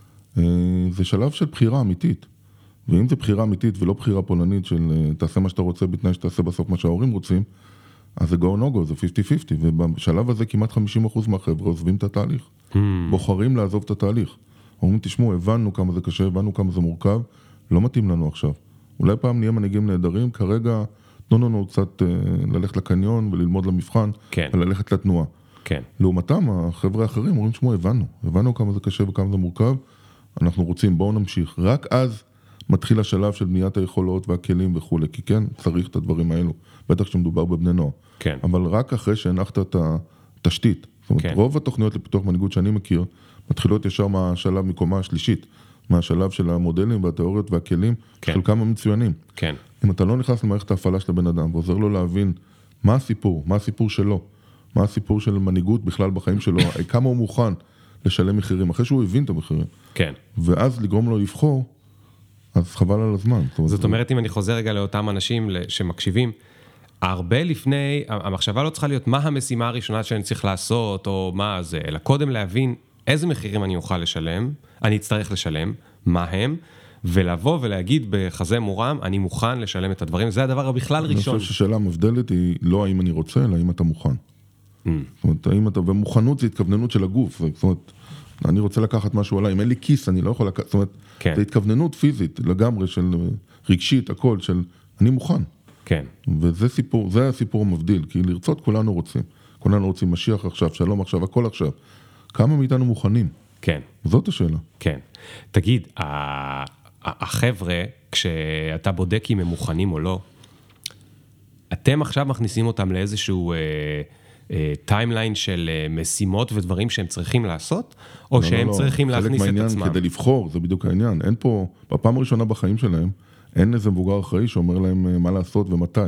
[SPEAKER 2] זה שלב של בחירה אמיתית. ואם זה בחירה אמיתית ולא בחירה פולנית של תעשה מה שאתה רוצה בתנאי שתעשה בסוף מה שההורים רוצים, אז זה go no go, זה חמישים חמישים, ובשלב הזה כמעט חמישים אחוז מהחבר'ה עוזבים את התהליך. Hmm. בוחרים לעזוב את התהליך. אומרים, תשמעו, הבנו כמה זה קשה, הבנו כמה זה מורכב, לא מתאים לנו עכשיו. אולי פעם נהיה מנהיגים נהדרים, כרגע תנו לנו קצת ללכת לקניון וללמוד למבחן,
[SPEAKER 1] כן.
[SPEAKER 2] וללכת לתנועה.
[SPEAKER 1] כן.
[SPEAKER 2] לעומתם, החבר'ה האחרים אומרים, תשמעו, הבנו, הבנו כמה זה קשה וכמה זה מורכב, אנחנו רוצים, בואו נמשיך. רק אז מתחיל השלב של בניית היכולות והכלים וכו', כי כן, צריך את הדברים האלו, בטח שמדובר בבני נוער.
[SPEAKER 1] כן.
[SPEAKER 2] אבל רק אחרי שהנחת את התשתית, זאת אומרת, כן. רוב התוכניות לפיתוח מנהיגות שאני מכיר, מתחילות ישר מהשלב מקומה השלישית, מהשלב של המודלים והתיאוריות והכלים, כן. חלקם המצוינים.
[SPEAKER 1] כן.
[SPEAKER 2] אם אתה לא נכנס למערכת ההפעלה של הבן אדם, ועוזר לו להבין מה הסיפור? מה הסיפור שלו? מה הסיפור של מנהיגות בכלל בחיים שלו? כמה הוא מוכן לשלם מחירים, אחרי שהוא הבין את המחירים.
[SPEAKER 1] כן.
[SPEAKER 2] ואז לגרום לו לבחור, אז חבל על הזמן.
[SPEAKER 1] זאת אומרת, אם אני חוזר רגע לאותם אנשים שמקשיבים, הרבה לפני, המחשבה לא צריכה להיות מה המשימה הראשונה שאני צריך לעשות, או מה זה, אלא קודם להבין איזה מחירים אני אוכל לשלם, אני אצטרך לשלם, מה הם, ולבוא ולהגיד בחזה מורם, אני מוכן לשלם את הדברים, זה הדבר בכלל ראשון.
[SPEAKER 2] אני חושב ששאלה המבדלת היא לא האם אני רוצה, אלא האם אתה מוכן. Mm. זאת אומרת, האם אתה, ומוכנות זה התכווננות של הגוף, זאת אומרת, אני רוצה לקחת משהו עליי, אם אין לי כיס, אני לא יכול לקחת, זאת אומרת, כן. זה התכווננות פיזית, לגמרי של רגשית, הכל, של אני מוכן.
[SPEAKER 1] כן.
[SPEAKER 2] וזה סיפור, זה הסיפור המבדיל, כי לרצות כולנו רוצים. כולנו רוצים משיח עכשיו, שלום עכשיו, הכל עכשיו. כמה מאיתנו מוכנים?
[SPEAKER 1] כן.
[SPEAKER 2] זאת השאלה.
[SPEAKER 1] כן. תגיד, החבר'ה, כשאתה בודק אם הם מוכנים או לא, אתם עכשיו מכניסים אותם לאיזשהו טיימליין של משימות ודברים שהם צריכים לעשות, או שהם צריכים להכניס את עצמם?
[SPEAKER 2] כדי לבחור, זה בדיוק העניין. אין פה, בפעם הראשונה בחיים שלהם, אין איזה מבוגר אחראי שאומר להם מה לעשות ומתי.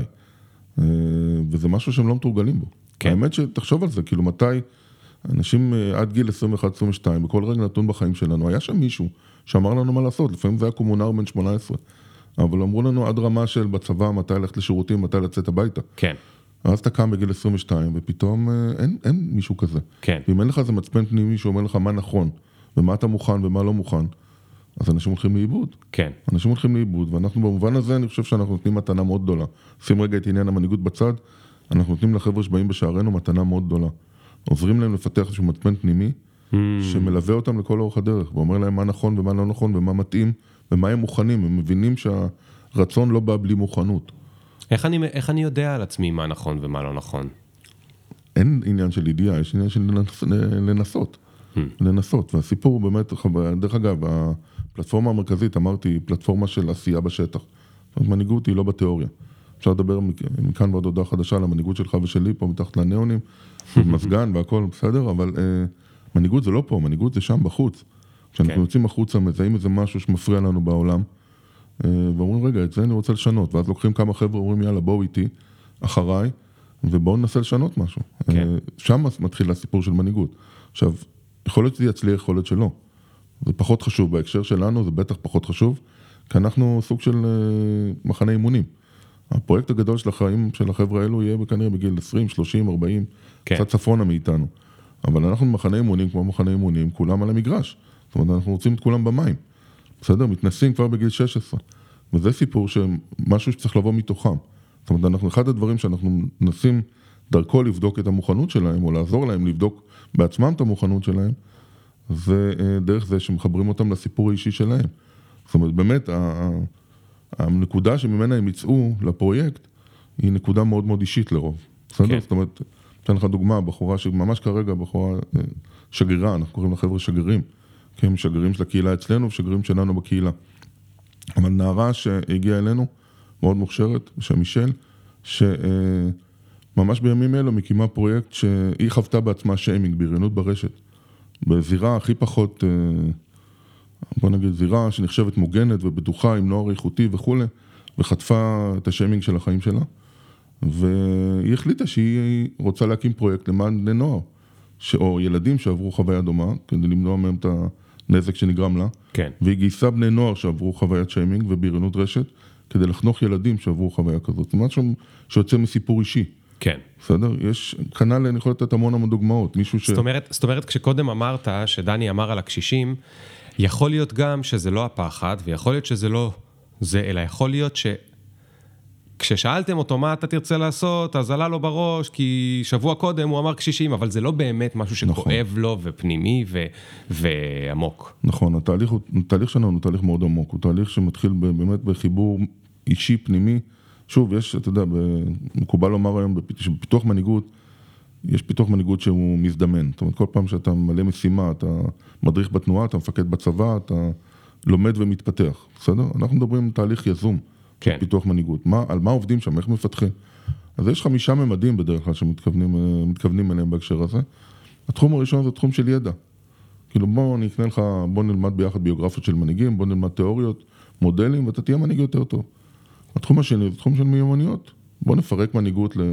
[SPEAKER 2] וזה משהו שהם לא מתורגלים בו. האמת שתחשוב על זה, כאילו מתי אנשים עד גיל עשרים ואחת עשרים ושתיים, בכל רגע נתון בחיים שלנו, היה שם מישהו שאמר לנו מה לעשות, לפעמים זה היה קומונר בן שמונה עשרה, אבל אמרו לנו עד רמה של בצבא, מתי ללכת לשירותים, מתי לצאת הביתה.
[SPEAKER 1] כן.
[SPEAKER 2] אז אתה קם בגיל עשרים ושתיים, ופתאום אין, אין מישהו כזה.
[SPEAKER 1] כן.
[SPEAKER 2] ואם אין לך איזה מצפן פנימי שאומר לך מה נכון, ומה אתה מוכן ומה לא מוכן, אז אנשים הולכים לאיבוד.
[SPEAKER 1] כן.
[SPEAKER 2] אנשים הולכים לאיבוד, ואנחנו במובן הזה, אני חושב שאנחנו נותנים מתנה מאוד גדולה. שים רגע את עניין המנהיגות בצד, אנחנו נותנים לחבר'ה שבאים בשערנו מתנה מאוד גדולה. עוזרים להם לפתח איזשהו מצפן פנימי, mm. שמלווה אותם לכל אורך הדרך, ואומר להם מה נכון ומה לא נכון, ומה מתאים, ומה הם מוכנים. הם מבינים שהרצון לא בא בלי מוכנות.
[SPEAKER 1] איך אני, איך אני יודע על עצמי מה נכון ומה לא נכון?
[SPEAKER 2] אין עניין של ידיעה, יש עניין של לנס, לנסות. Hmm. לנסות, והסיפור הוא באמת, דרך אגב, הפלטפורמה המרכזית, אמרתי, פלטפורמה של עשייה בשטח. זאת אומרת, מנהיגות היא לא בתיאוריה. אפשר לדבר מכאן ועד הודעה חדשה על המנהיגות שלך ושלי, פה מתחת לניאונים, מסגן והכל בסדר, אבל אה, מנהיגות זה לא פה, מנהיגות זה שם בחוץ. כשאנחנו okay. יוצאים החוצה, מזהים איזה משהו שמפריע לנו בעולם, אה, ואומרים, רגע, את זה אני רוצה לשנות, ואז לוקחים כמה חבר'ה, אומרים, יאללה, בואו איתי, אחריי, ובואו ננסה לשנות משהו. Okay. אה, שם מתחיל הסיפור של מנהיגות. עכשיו, יכול להיות שזה יצליח, יכול להיות שלא. זה פחות חשוב, בהקשר שלנו זה בטח פחות חשוב, כי אנחנו סוג של אה, מחנה אימונים. הפרויקט הגדול של החיים של החבר'ה האלו יהיה כנראה בגיל עשרים, שלושים, ארבעים, כן. קצת צפונה מאיתנו. אבל אנחנו במחנה אימונים, כמו מחנה אימונים, כולם על המגרש. זאת אומרת, אנחנו רוצים את כולם במים. בסדר? מתנסים כבר בגיל שש עשרה. וזה סיפור שמשהו שצריך לבוא מתוכם. זאת אומרת, אנחנו, אחד הדברים שאנחנו נסים דרכו לבדוק את המוכנות שלהם, או לעזור להם לבדוק בעצמם את המוכנות שלהם, זה דרך זה שמחברים אותם לסיפור האישי שלהם. זאת אומרת, באמת, הנקודה שממנה הם יצאו לפרויקט, היא נקודה מאוד מאוד אישית לרוב. בסדר? כן. זאת אומרת, אתן לך דוגמה, בחורה שממש כרגע, בחורה שגרירה, אנחנו קוראים לחבר'ה שגרירים, כי הם שגרירים של הקהילה אצלנו, ושגרירים שלנו בקהילה. אבל נערה שהגיעה אלינו, מאוד מוכשרת, בשם מישל, שממש בימים אלו מקימה פרויקט שהיא חוותה בעצמה שיימינג, בריונות ברשת, בזירה הכי פחות, בוא נגיד, זירה שנחשבת מוגנת ובטוחה עם נוער איכותי וכו', וחטפה את השיימינג של החיים שלה, והיא החליטה שהיא רוצה להקים פרויקט למען בני נוער, או ילדים שעברו חוויה דומה, כדי למנוע מהם את הנזק שנגרם לה,
[SPEAKER 1] כן.
[SPEAKER 2] והיא גייסה בני נוער שעברו חוויית שיימינג ובריונות רשת, כדי לחנוך ילדים שעברו חוויה כזאת. זאת אומרת שיוצא מסיפור אישי.
[SPEAKER 1] כן.
[SPEAKER 2] בסדר? יש כנ"ל, אני יכול לתת המון המון דוגמאות. מישהו ש...
[SPEAKER 1] זאת אומרת, זאת אומרת, כשקודם אמרת שדני אמר על הקשישים, יכול להיות גם שזה לא הפחד, ויכול להיות שזה לא זה, אלא יכול להיות ש... כששאלתם אותו מה אתה תרצה לעשות, אז עלה לו בראש, כי שבוע קודם הוא אמר קשישים, אבל זה לא באמת משהו שכואב נכון. לו ופנימי ו... ועמוק.
[SPEAKER 2] נכון, התהליך, התהליך שלנו הוא תהליך מאוד עמוק, הוא תהליך שמתחיל באמת בחיבור אישי פנימי. שוב, יש, אתה יודע, מקובל לומר היום, בפיתוח מנהיגות, יש פיתוח מנהיגות שהוא מזדמן. זאת אומרת, כל פעם שאתה מלא משימה, אתה מדריך בתנועה, אתה מפקד בצבא, אתה לומד ומתפתח. בסדר? אנחנו מדברים על תהליך יזום. כן. פיתוח מנהיגות. מה, על מה עובדים שם, איך מפתחים? אז יש חמישה ממדים בדרך כלל שמתכוונים מתכוונים אליהם בהקשר הזה. התחום הראשון זה תחום של ידע. כאילו בוא אני אקנה לך, בוא נלמד ביחד ביוגרפיות של מנהיגים, בוא נלמד תיאוריות, מודלים, ואתה תהיה מנהיג יותר טוב. התחום השני זה תחום של מיומנויות. בוא נפרק מנהיגות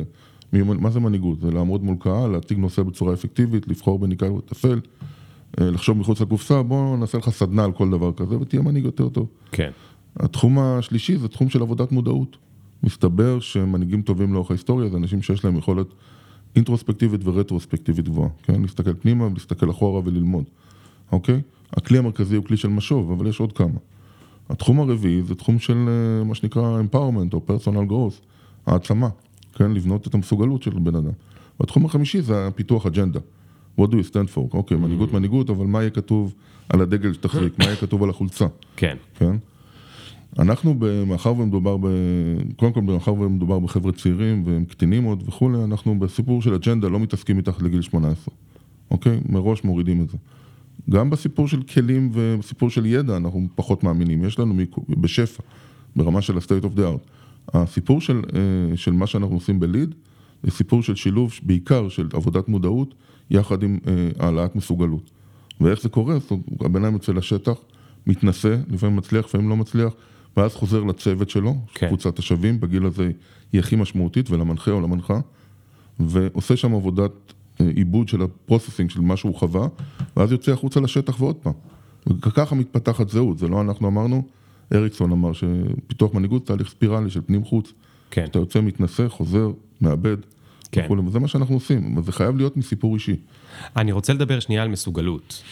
[SPEAKER 2] מה זה מנהיגות? זה לעמוד מול קהל, להציג נושא בצורה אפקטיבית, לבחור בניקה וטפל, לחשוב מחוץ לקופסה, בוא נעשה לך סדנה על כל דבר כזה, ותהיה מנהיג יותר טוב.
[SPEAKER 1] כן.
[SPEAKER 2] התחום השלישי זה תחום של עבודת מודעות. מסתבר שמנהיגים טובים לאורך ההיסטוריה, זה אנשים שיש להם יכולת אינטרוספקטיבית ורטרוספקטיבית גבוהה, כן? להסתכל פנימה ולהסתכל אחורה וללמוד, אוקיי? הכלי המרכזי הוא כלי של משוב, אבל יש עוד כמה. התחום הרביעי זה תחום של מה שנקרא empowerment או personal growth, העצמה, כן? לבנות את המסוגלות של בן אדם. והתחום החמישי זה הפיתוח אג'נדה. What do you stand for? אוקיי, מנהיגות, מנהיגות, אבל מה יהיה כתוב על הדגל שתחזיק? מה יהיה כתוב על החולצה?
[SPEAKER 1] כן.
[SPEAKER 2] כן? אנחנו, מאחר ומדובר ב... קודם כל, מאחר ומדובר בחבר'ה צעירים והם קטינים עוד וכו', אנחנו בסיפור של אג'נדה לא מתעסקים מתחת לגיל שמונה עשרה. אוקיי? מראש מורידים את זה. גם בסיפור של כלים ובסיפור של ידע אנחנו פחות מאמינים. יש לנו בשפע, ברמה של ה-state of the art. הסיפור של, של מה שאנחנו עושים בליד, זה סיפור של שילוב, בעיקר של עבודת מודעות, יחד עם העלאת מסוגלות. ואיך זה קורה? הבן אדם יוצא לשטח, מתנסה, לפעמים מצליח, לפעמים לא מצליח, ואז חוזר לצוות שלו, כן. קבוצת השווים, בגיל הזה היא הכי משמעותית, ולמנחה או למנחה, ועושה שם עבודת עיבוד של הפרוססינג של מה שהוא חווה, ואז יוצא החוצה לשטח ועוד פעם. וככה מתפתחת זהות, זה לא אנחנו אמרנו, אריקסון אמר שפיתוח מנהיגות תהליך ספירלי של פנים חוץ, כן. אתה יוצא, מתנסה, חוזר, מאבד, כן. וכו', וזה מה שאנחנו עושים, אבל זה חייב להיות מסיפור אישי.
[SPEAKER 1] אני רוצה לדבר שנייה על מסוגלות.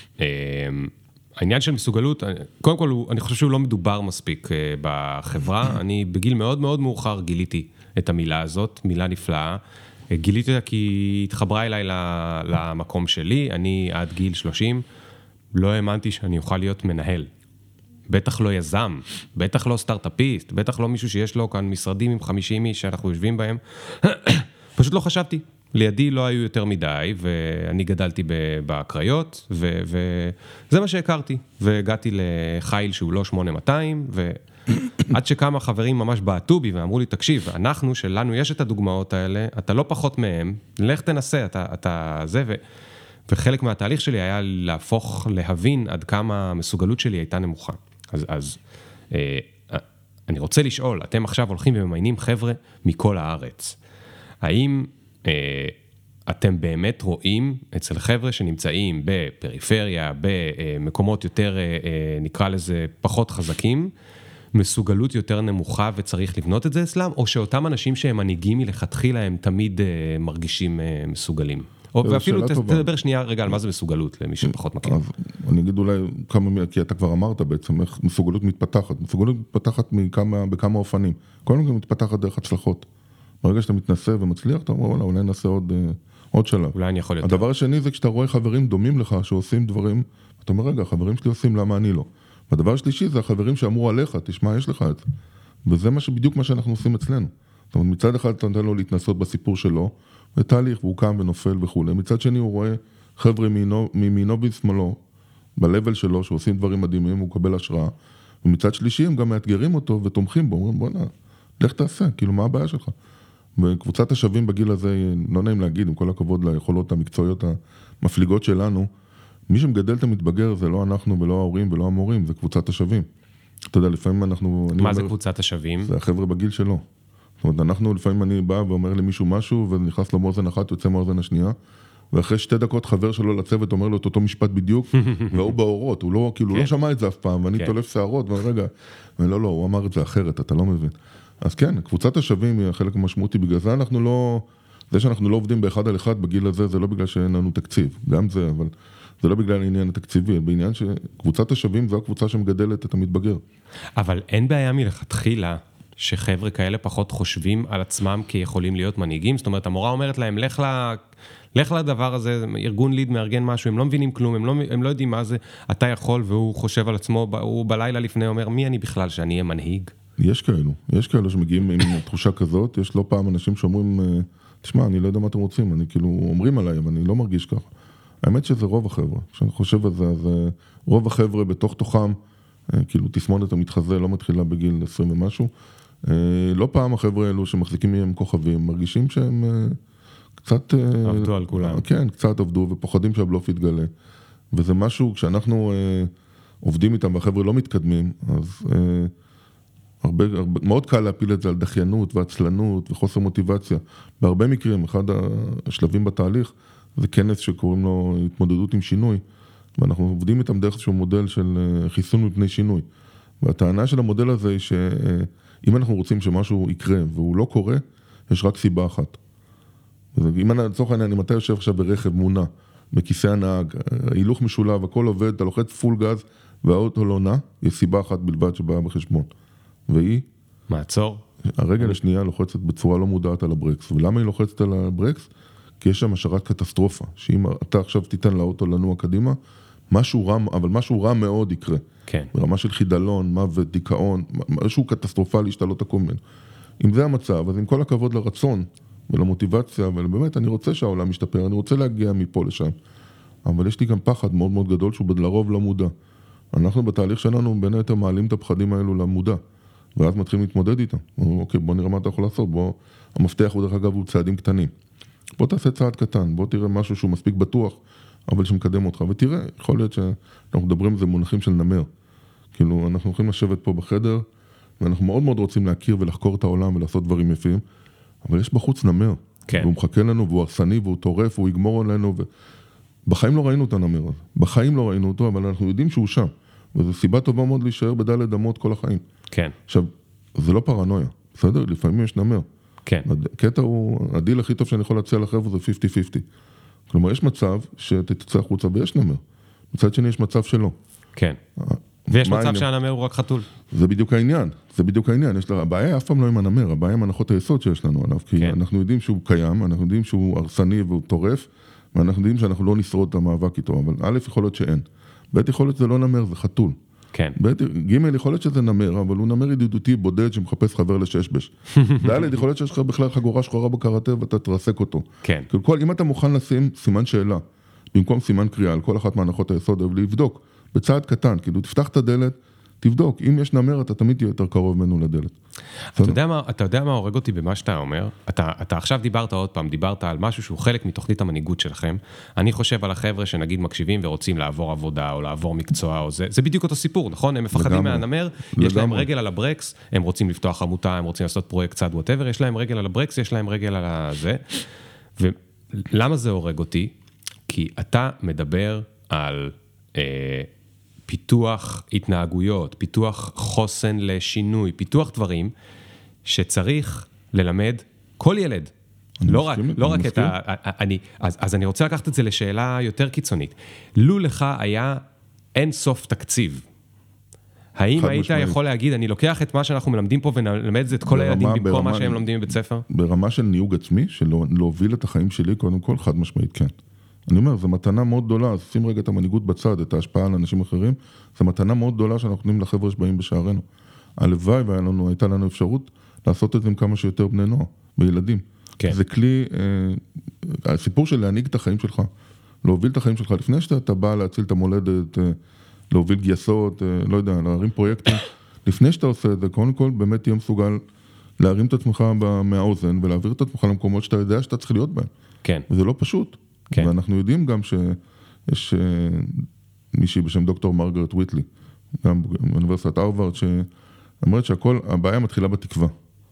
[SPEAKER 1] העניין של מסוגלות, קודם כל, אני חושב שהוא לא מדובר מספיק בחברה, אני בגיל מאוד מאוד מאוחר גיליתי את המילה הזאת, מילה נפלאה, גיליתי אותה כי היא התחברה אליי למקום שלי, אני עד גיל שלושים, לא האמנתי שאני אוכל להיות מנהל. בטח לא יזם, בטח לא סטארט-אפיסט, בטח לא מישהו שיש לו כאן משרדים עם חמישים איש שאנחנו יושבים בהם. פשוט לא חשבתי. לידי לא היו יותר מדי, ואני גדלתי בקריות, וזה מה שהכרתי. והגעתי לחיל שהוא לא שמונה מאתיים, ועד שכמה חברים ממש בעטו בי ואמרו לי, תקשיב, אנחנו, שלנו יש את הדוגמאות האלה, אתה לא פחות מהם, לך תנסה, אתה, אתה זה, ו... וחלק מהתהליך שלי היה להפוך, להבין עד כמה המסוגלות שלי הייתה נמוכה. אז, אז אה, אני רוצה לשאול, אתם עכשיו הולכים וממיינים חבר'ה מכל הארץ. האם אה, אתם באמת רואים אצל חבר'ה שנמצאים בפריפריה, במקומות יותר, אה, אה, נקרא לזה, פחות חזקים, מסוגלות יותר נמוכה וצריך לבנות את זה אצלם, או שאותם אנשים שהם מנהיגים מלכתחילה הם תמיד אה, מרגישים אה, מסוגלים? ואפילו תדבר שנייה רגע על מה זה מסוגלות למי שפחות מכיר.
[SPEAKER 2] אני אגיד אולי כמה, כי אתה כבר אמרת בעצם איך מסוגלות מתפתחת. מסוגלות מתפתחת בכמה אופנים. קודם כל מתפתחת דרך הצלחות. ברגע שאתה מתנסה ומצליח, אתה אומר, וואלה, אולי נעשה עוד שלב.
[SPEAKER 1] אולי אני יכול יותר.
[SPEAKER 2] הדבר השני זה כשאתה רואה חברים דומים לך שעושים דברים, אתה אומר, רגע, החברים שלי עושים, למה אני לא? והדבר השלישי זה החברים שאמרו עליך, תשמע, יש לך את זה. וזה בדיוק מה שאנחנו עושים אצלנו. זאת אומרת, מצד אחד אתה נותן לו להתנסות בסיפור שלו, ותהליך, והוא קם ונופל וכו'. מצד שני הוא רואה חבר'ה מימינו ושמאלו, בלבל שלו, שעושים דברים מדהימים, הוא מקבל השראה. ומצד שלישי הם גם מאתגרים אותו ותומכים בו, אומרים, בוא נה, לך תעשה, כאילו מה הבעיה שלך? וקבוצת השווים בגיל הזה, לא נעים להגיד, עם כל הכבוד ליכולות המקצועיות המפליגות שלנו, מי שמגדל את המתבגר זה לא אנחנו ולא ההורים ולא המורים, זה קבוצת השווים. אתה יודע, לפעמים אנחנו...
[SPEAKER 1] מה זה קבוצת השווים?
[SPEAKER 2] זה החבר'ה בגיל שלו. זאת אומרת, אנחנו, לפעמים אני בא ואומר למישהו משהו, ונכנס לו מאוזן אחת, יוצא מאוזן השנייה, ואחרי שתי דקות חבר שלו לצוות אומר לו את אותו משפט בדיוק, והוא באורות, הוא לא, כאילו, לא שמע את זה אף פעם, ואני תולף שערות, ורגע, ולא, לא, הוא אמר את זה אחרת, אתה לא מבין. אז כן, קבוצת השווים היא החלק המשמעותי, בגלל זה אנחנו לא, זה שאנחנו לא עובדים באחד על אחד בגיל הזה, זה לא בגלל שאין לנו תקציב, גם זה, אבל זה לא בגלל העניין התקציבי, בעניין שקבוצת השווים זו הקבוצה שמגדלת את המתבגר. אבל אין בעיה מלכתחילה
[SPEAKER 1] שחבר'ה כאלה פחות חושבים על עצמם כיכולים להיות מנהיגים, זאת אומרת, המורה אומרת להם, לך, ל... לך לדבר הזה, ארגון ליד מארגן משהו, הם לא מבינים כלום, הם לא, הם לא יודעים מה זה, אתה יכול, והוא חושב על עצמו, הוא בלילה לפני אומר, מי אני בכלל שאני אהיה מנהיג?
[SPEAKER 2] יש כאלו, יש כאלו שמגיעים עם תחושה כזאת, יש לא פעם אנשים שאומרים, תשמע, אני לא יודע מה אתם רוצים, אני כאילו, אומרים עליי, אבל אני לא מרגיש ככה. האמת שזה רוב החבר'ה, כשאני חושב על זה, אז רוב החבר'ה בתוך תוכם, כאילו תסמונת המתחזה לא מתחילה בגיל עשרים ומשהו, לא פעם החבר'ה האלו שמחזיקים מהם כוכבים, מרגישים שהם קצת...
[SPEAKER 1] עבדו על כולם.
[SPEAKER 2] כן, קצת עבדו ופוחדים שהבלוף יתגלה. וזה משהו, כשאנחנו עובדים איתם והחבר'ה לא מתקדמים, אז הרבה, הרבה, מאוד קל להפיל את זה על דחיינות ועצלנות וחוסר מוטיבציה. בהרבה מקרים, אחד השלבים בתהליך, זה כנס שקוראים לו התמודדות עם שינוי, ואנחנו עובדים איתם דרך איזשהו מודל של חיסון מפני שינוי. והטענה של המודל הזה היא שאם אנחנו רוצים שמשהו יקרה והוא לא קורה, יש רק סיבה אחת. אם אני, לצורך העניין, אם אתה יושב עכשיו ברכב מונע, בכיסא הנהג, הילוך משולב, הכל עובד, אתה לוחץ פול גז והאוטו לא נע, יש סיבה אחת בלבד שבאה בחשבון. והיא?
[SPEAKER 1] מעצור.
[SPEAKER 2] הרגל השנייה לוחצת בצורה לא מודעת על הברקס. ולמה היא לוחצת על הברקס? כי יש שם השערת קטסטרופה, שאם אתה עכשיו תיתן לאוטו לנוע קדימה, משהו רע, אבל משהו רע מאוד יקרה.
[SPEAKER 1] כן.
[SPEAKER 2] ברמה של חידלון, מוות, דיכאון, משהו קטסטרופלי שאתה לא תקום ממנו. אם זה המצב, אז עם כל הכבוד לרצון ולמוטיבציה, ובאמת אני רוצה שהעולם ישתפר, אני רוצה להגיע מפה לשם. אבל יש לי גם פחד מאוד מאוד גדול שהוא לרוב לא מודע. אנחנו בתהליך שלנו בין היתר מעלים את הפחדים האלו למודע, ואז מתחילים להתמודד איתם. אוקיי, בוא נראה מה אתה יכול לעשות, בוא, המפתח הוא דרך אגב הוא צעדים קטנים. בוא תעשה צעד קטן, בוא תראה משהו שהוא מספיק בטוח, אבל שמקדם אותך, ותראה, יכול להיות שאנחנו מדברים על זה מונחים של נמר. כאילו, אנחנו יכולים לשבת פה בחדר, ואנחנו מאוד מאוד רוצים להכיר ולחקור את העולם ולעשות דברים יפים, אבל יש בחוץ נמר.
[SPEAKER 1] כן.
[SPEAKER 2] והוא מחכה לנו, והוא הרסני, והוא טורף, והוא יגמור עלינו, ו... בחיים לא ראינו את הנמר הזה. בחיים לא ראינו אותו, אבל אנחנו יודעים שהוא שם. וזו סיבה טובה מאוד להישאר בדלת אמות כל החיים.
[SPEAKER 1] כן.
[SPEAKER 2] עכשיו, זה לא פרנויה, בסדר? לפעמים יש נמר.
[SPEAKER 1] כן.
[SPEAKER 2] הקטע הוא, הדיל הכי טוב שאני יכול להציע לחבר'ה זה חמישים חמישים. כלומר, יש מצב שתצא החוצה ויש נמר. מצד שני, יש מצב שלא.
[SPEAKER 1] כן. ויש מצב שהנמר הוא רק חתול.
[SPEAKER 2] זה בדיוק העניין. זה בדיוק העניין. יש לה, הבעיה אף פעם לא עם הנמר, הבעיה עם הנחות היסוד שיש לנו עליו. כי
[SPEAKER 1] כן.
[SPEAKER 2] אנחנו יודעים שהוא קיים, אנחנו יודעים שהוא הרסני והוא טורף, ואנחנו יודעים שאנחנו לא נשרוד את המאבק איתו. אבל א', יכול להיות שאין. ב', יכול להיות שזה לא נמר, זה חתול.
[SPEAKER 1] כן.
[SPEAKER 2] ג' יכול להיות שזה נמר, אבל הוא נמר ידידותי בודד שמחפש חבר לששבש. ד' יכול להיות שיש לך בכלל חגורה שחורה בקראטה ואתה תרסק אותו.
[SPEAKER 1] כן.
[SPEAKER 2] כל, אם אתה מוכן לשים סימן שאלה, במקום סימן קריאה על כל אחת מהנחות היסוד, לבדוק בצעד קטן, כאילו תפתח את הדלת, תבדוק, אם יש נמר אתה תמיד תהיה יותר קרוב ממנו לדלת.
[SPEAKER 1] אתה יודע מה, אתה יודע מה הורג אותי במה שאתה אומר? אתה, אתה עכשיו דיברת עוד פעם, דיברת על משהו שהוא חלק מתוכנית המנהיגות שלכם. אני חושב על החבר'ה שנגיד מקשיבים ורוצים לעבור עבודה או לעבור מקצוע או זה, זה בדיוק אותו סיפור, נכון? הם מפחדים מהנמר, יש להם רגל על הברקס, הם רוצים לפתוח עמותה, הם רוצים לעשות פרויקט צד whatever, יש להם רגל על הברקס, יש להם רגל על זה. ולמה זה הורג אותי? כי אתה מדבר על אה, פיתוח התנהגויות, פיתוח חוסן לשינוי, פיתוח דברים שצריך ללמד כל ילד. לא רק, לא רק את ה... אני, אז, אז אני רוצה לקחת את זה לשאלה יותר קיצונית. לו לך היה אין סוף תקציב. האם היית משמעית. יכול להגיד, אני לוקח את מה שאנחנו מלמדים פה ונלמד את זה את כל הילדים במקום ברמה, מה שהם לומדים בבית ספר?
[SPEAKER 2] ברמה של ניהוג עצמי, של להוביל את החיים שלי, קודם כל, חד משמעית כן. אני אומר, זו מתנה מאוד גדולה, אז שים רגע את המנהיגות בצד, את ההשפעה על אנשים אחרים, זו מתנה מאוד גדולה שאנחנו נותנים לחבר'ה שבאים בשערנו. הלוואי והייתה לנו אפשרות לעשות את זה עם כמה שיותר בני נוער, בילדים. כן. זה כלי, אה, הסיפור של להנהיג את החיים שלך, להוביל את החיים שלך, לפני שאתה בא להציל את המולדת, אה, להוביל גייסות, אה, לא יודע, להרים פרויקטים, לפני שאתה עושה את זה, קודם כל באמת תהיה מסוגל להרים את עצמך מהאוזן, ולהעביר את עצמך למקומות שאתה יודע שאתה צריך להיות בהם. כן. וזה לא פשוט. כן. ואנחנו יודעים גם שיש מישהי בשם דוקטור מרגרט וויטלי, גם באוניברסיטת הרווארד, שאומרת שהכל, הבעיה מתחילה בתקווה.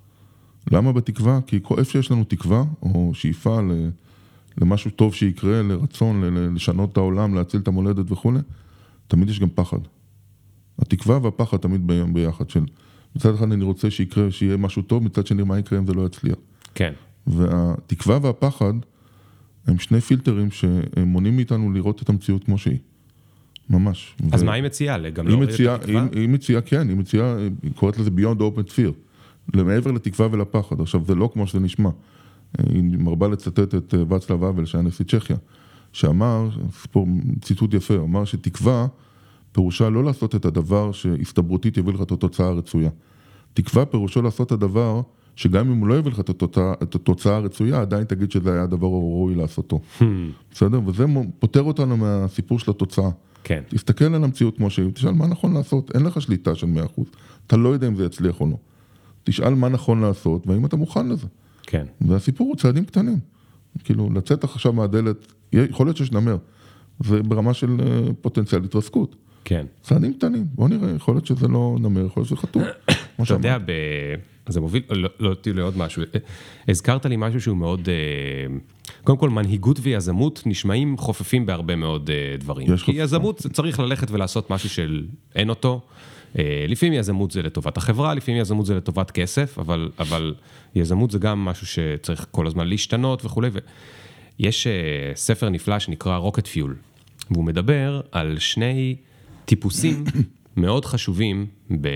[SPEAKER 2] למה בתקווה? כי איפה שיש לנו תקווה, או שאיפה למשהו טוב שיקרה, לרצון, לשנות את העולם, להציל את המולדת וכו', תמיד יש גם פחד. התקווה והפחד תמיד ביחד של, מצד אחד אני רוצה שיקרה, שיהיה משהו טוב, מצד שני מה יקרה אם זה לא יצליח. כן. והתקווה והפחד, הם שני פילטרים שמונים מאיתנו לראות את המציאות כמו שהיא. ממש.
[SPEAKER 1] אז מה היא מציעה? גם לא ראית התקווה?
[SPEAKER 2] היא מציעה, כן, היא מציעה, היא קוראת לזה Beyond Open Fear. למעבר לתקווה ולפחד. עכשיו, זה לא כמו שזה נשמע. היא מרבה לצטט את ואצלב האוול, שהיה נשיא צ'כיה, שאמר, ציטוט יפה, אמר שתקווה פירושה לא לעשות את הדבר שהסתברותית יביא לך את התוצאה הרצויה. תקווה פירושו לעשות את הדבר שגם אם הוא לא יביא לך את התוצאה, את התוצאה הרצויה, עדיין תגיד שזה היה הדבר הראוי לעשותו. בסדר? וזה פותר אותנו מהסיפור של התוצאה. כן. תסתכל על המציאות כמו שהיא, תשאל מה נכון לעשות, אין לך שליטה של מאה אחוז. אתה לא יודע אם זה יצליח או לא. תשאל מה נכון לעשות, והאם אתה מוכן לזה. כן. והסיפור הוא צעדים קטנים. כאילו, לצאת עכשיו מהדלת, יכול להיות שיש נמר. זה ברמה של פוטנציאל התרסקות. כן. צעדים קטנים. בוא נראה, יכול להיות שזה לא נמר, יכול להיות שזה חתול.
[SPEAKER 1] אתה יודע, זה מוביל, לא אותי לעוד משהו, הזכרת לי משהו שהוא מאוד, קודם כל מנהיגות ויזמות נשמעים חופפים בהרבה מאוד דברים, כי יזמות צריך ללכת ולעשות משהו של אין אותו, לפעמים יזמות זה לטובת החברה, לפעמים יזמות זה לטובת כסף, אבל, אבל יזמות זה גם משהו שצריך כל הזמן להשתנות וכו'. יש ספר נפלא שנקרא רוקט פיול, והוא מדבר על שני טיפוסים מאוד חשובים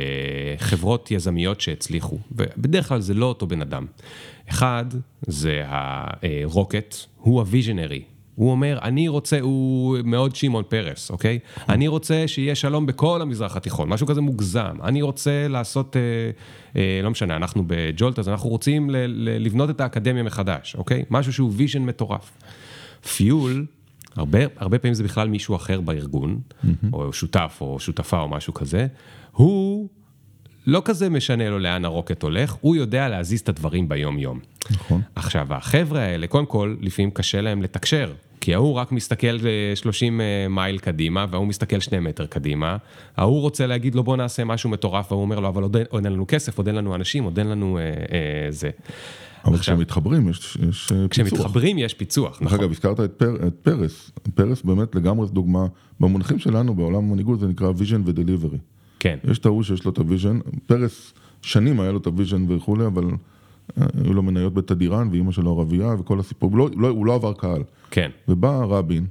[SPEAKER 1] בחברות יזמיות שהצליחו, ובדרך כלל זה לא אותו בן אדם. אחד זה הרוקט, הוא הוויז'נרי, הוא אומר, אני רוצה, הוא מאוד שמעון פרס, אוקיי? אני רוצה שיהיה שלום בכל המזרח התיכון, משהו כזה מוגזם. אני רוצה לעשות, אה, אה, לא משנה, אנחנו בג'ולט, אז אנחנו רוצים ל- ל- לבנות את האקדמיה מחדש, אוקיי? משהו שהוא ויז'ן מטורף. פיול, הרבה, הרבה פעמים זה בכלל מישהו אחר בארגון, mm-hmm. או שותף או שותפה או משהו כזה, הוא לא כזה משנה לו לאן הרוקט הולך, הוא יודע להזיז את הדברים ביום יום.
[SPEAKER 2] נכון.
[SPEAKER 1] עכשיו, החבר'ה האלה, קודם כל, לפעמים קשה להם לתקשר, כי ההוא רק מסתכל שלושים מייל קדימה, והוא מסתכל שני מטר קדימה, ההוא רוצה להגיד לו בוא נעשה משהו מטורף, והוא אומר לו, אבל עוד אין, עוד אין לנו כסף, עוד אין לנו אנשים, עוד אין לנו אה, אה, זה.
[SPEAKER 2] אבל עכשיו, כשמתחברים יש, יש פיצוח.
[SPEAKER 1] כשמתחברים יש פיצוח, נכון.
[SPEAKER 2] אגב, הזכרת את, פר, את פרס, פרס באמת לגמרי זו דוגמה, במונחים שלנו בעולם המנהיגות זה נקרא vision ו-delivery.
[SPEAKER 1] כן.
[SPEAKER 2] יש את ההוא שיש לו את הוויז'ן, פרס שנים היה לו את הוויז'ן וכו', אבל היו לו מניות בתדירן, ואימא שלו ערבייה, וכל הסיפור, הוא לא, לא, הוא לא עבר קהל.
[SPEAKER 1] כן.
[SPEAKER 2] ובא רבין,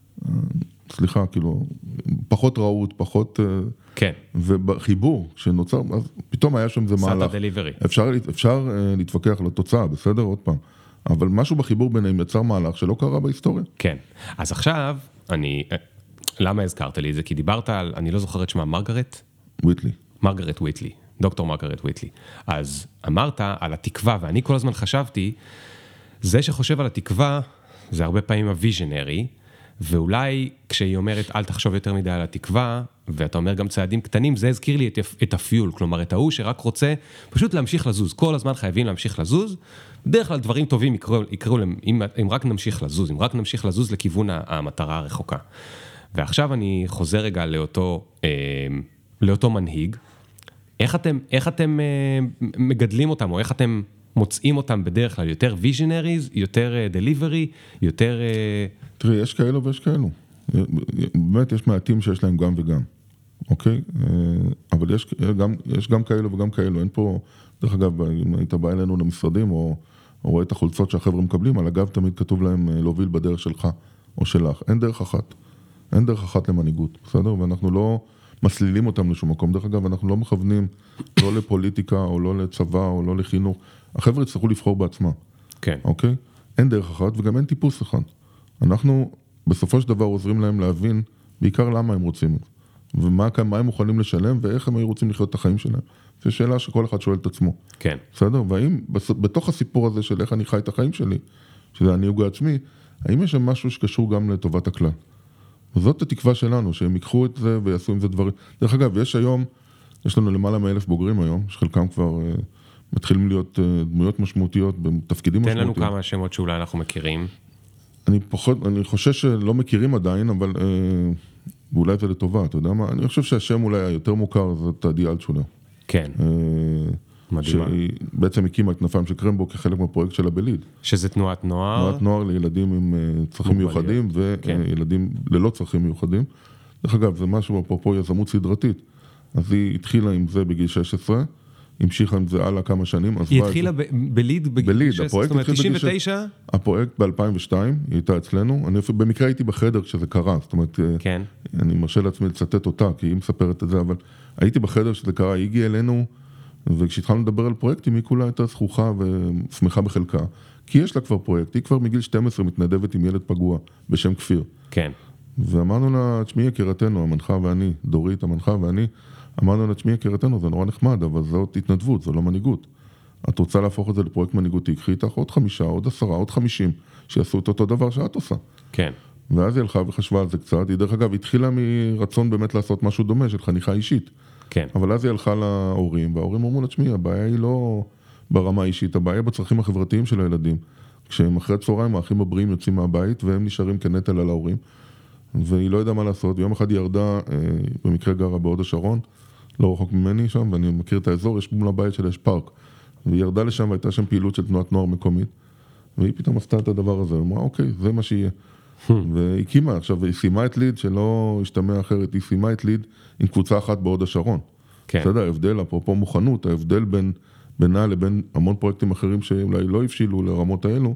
[SPEAKER 2] סליחה, כאילו, פחות רעות, פחות...
[SPEAKER 1] כן.
[SPEAKER 2] ובחיבור, שנוצר, אז פתאום היה שם זה מהלך.
[SPEAKER 1] סאטה דליברי.
[SPEAKER 2] אפשר, אפשר להתווכח על התוצאה, בסדר? עוד פעם. אבל משהו בחיבור ביניהם יצר מהלך שלא קרה בהיסטוריה.
[SPEAKER 1] כן. אז עכשיו, אני... למה הזכרת לי את זה? כי דיברת על, אני לא זוכר את שמה, מרגרט?
[SPEAKER 2] וויטלי.
[SPEAKER 1] מרגרט וויטלי, דוקטור מרגרט וויטלי. אז אמרת על התקווה, ואני כל הזמן חשבתי, זה שחושב על התקווה, זה הרבה פעמים הוויז'נרי, ואולי כשהיא אומרת, אל תחשוב יותר מדי על התקווה, ואתה אומר גם צעדים קטנים, זה הזכיר לי את, את הפיול, כלומר את ההוא שרק רוצה פשוט להמשיך לזוז, כל הזמן חייבים להמשיך לזוז, בדרך כלל דברים טובים יקרו, יקרו להם, אם, אם רק נמשיך לזוז, אם רק נמשיך לזוז לכיוון המטרה הרחוקה. ועכשיו אני חוזר רגע לאותו, אה, לאותו מנהיג, איך אתם, איך אתם אה, מגדלים אותם, או איך אתם מוצאים אותם בדרך כלל, יותר visionaries, יותר אה, delivery, יותר... אה...
[SPEAKER 2] תראי, יש כאלו ויש כאלו. באמת יש מעטים שיש להם גם וגם, אוקיי? אבל יש גם, יש גם כאלו וגם כאלו. אין פה, דרך אגב, אם היית בא אלינו למשרדים, או, או רואה את החולצות שהחבר'ה מקבלים, על הגב תמיד כתוב להם להוביל בדרך שלך או שלך. אין דרך אחת. אין דרך אחת למנהיגות, בסדר? ואנחנו לא מסלילים אותם לשום מקום. דרך אגב, אנחנו לא מכוונים לא לפוליטיקה, או לא לצבא, או לא לחינוך. החבר'ה יצטרכו לבחור בעצמם.
[SPEAKER 1] כן.
[SPEAKER 2] אוקיי? אין דרך אחת, וגם אין טיפוס אחד. אנחנו בסופו של דבר עוזרים להם להבין בעיקר למה הם רוצים את זה, ומה מה הם מוכנים לשלם, ואיך הם היו רוצים לחיות את החיים שלהם. זו שאלה שכל אחד שואל את עצמו.
[SPEAKER 1] כן.
[SPEAKER 2] בסדר? והאם בתוך הסיפור הזה של איך אני חי את החיים שלי, שזה הניהוג העצמי, האם יש שם משהו שקשור גם לטובת הכלל? וזאת התקווה שלנו, שהם ייקחו את זה ויעשו עם זה דברים. דרך אגב, יש היום, יש לנו למעלה מאלף בוגרים היום, שחלקם כבר uh, מתחילים להיות uh, דמויות משמעותיות, בתפקידים
[SPEAKER 1] תן
[SPEAKER 2] משמעותיים.
[SPEAKER 1] לנו כמה שמות שאולי אנחנו מכירים.
[SPEAKER 2] אני פחות, אני חושש שלא מכירים עדיין, אבל uh, ואולי זה לטובה, אתה יודע מה? אני חושב שהשם אולי היותר מוכר, זאת עדי אלטשולר.
[SPEAKER 1] כן.
[SPEAKER 2] Uh,
[SPEAKER 1] מדהימה.
[SPEAKER 2] שהיא בעצם הקימה את כנפיים של קרמבו כחלק מהפרויקט של הבליד.
[SPEAKER 1] שזה תנועת נוער.
[SPEAKER 2] תנועת נוער לילדים עם צרכים מיוחדים, וילדים ללא צרכים מיוחדים. דרך אגב, זה משהו, אפרופו יזמות סדרתית. אז היא התחילה עם זה בגיל שש עשרה, המשיכה עם זה הלאה כמה שנים.
[SPEAKER 1] היא התחילה בליד בגיל שש עשרה, זאת אומרת תשעים ותשע?
[SPEAKER 2] הפרויקט ב-אלפיים ושתיים, היא הייתה אצלנו. אני במקרה הייתי בחדר כשזה קרה, זאת אומרת, אני מרשה לעצמי לצטט אותה, כי היא מספרת את זה, אבל הייתי בחדר כשזה קרה, היא הגיעה אלינו, וכשהתחלנו לדבר על פרויקטים, היא כולה הייתה זכוכה ושמחה בחלקה, כי יש לה כבר פרויקט, היא כבר מגיל שתים עשרה מתנדבת עם ילד פגוע בשם כפיר.
[SPEAKER 1] כן.
[SPEAKER 2] ואמרנו לה, תשמעי יקירתנו, המנחה ואני, דורית המנחה ואני, אמרנו לה, תשמעי יקירתנו, זה נורא נחמד, אבל זאת התנדבות, זו לא מנהיגות. את רוצה להפוך את זה לפרויקט מנהיגותי, קחי איתך עוד חמישה, עוד עשרה, עוד חמישים, שיעשו את אותו דבר שאת עושה.
[SPEAKER 1] כן.
[SPEAKER 2] ואז היא הלכה וחשבה על זה קצת, היא דרך אגב התחילה מרצון באמת לעשות משהו דומה של חניכה אישית.
[SPEAKER 1] כן.
[SPEAKER 2] אבל אז היא הלכה להורים, וההורים אמרו לה, תשמעי, הבעיה היא לא ברמה האישית, הבעיה בצרכים החברתיים של הילדים. כשהם אחרי צהריים, האחים הבריאים יוצאים מהבית, והם נשארים כנטל על ההורים, והיא לא ידעה מה לעשות, ויום אחד היא ירדה, במקרה גרה בהוד השרון, לא רחוק ממני שם, ואני מכיר את האזור, יש מול הבית שלה, יש פארק. והיא ירדה לשם, והייתה שם פעילות של תנועת נוער מקומית, והיא פתאום עשתה את הדבר הזה, ואמרה, אוקיי, זה מה שיהיה. והיא הקימה, עכשיו, היא סיימה את ליד, שלא השתמע אחרת, היא סיימה את ליד עם קבוצה אחת בהוד השרון. כן. בסדר, ההבדל, אפרופו מוכנות, ההבדל בין, בינה לבין המון פרויקטים אחרים שאולי לא הבשילו לרמות האלו,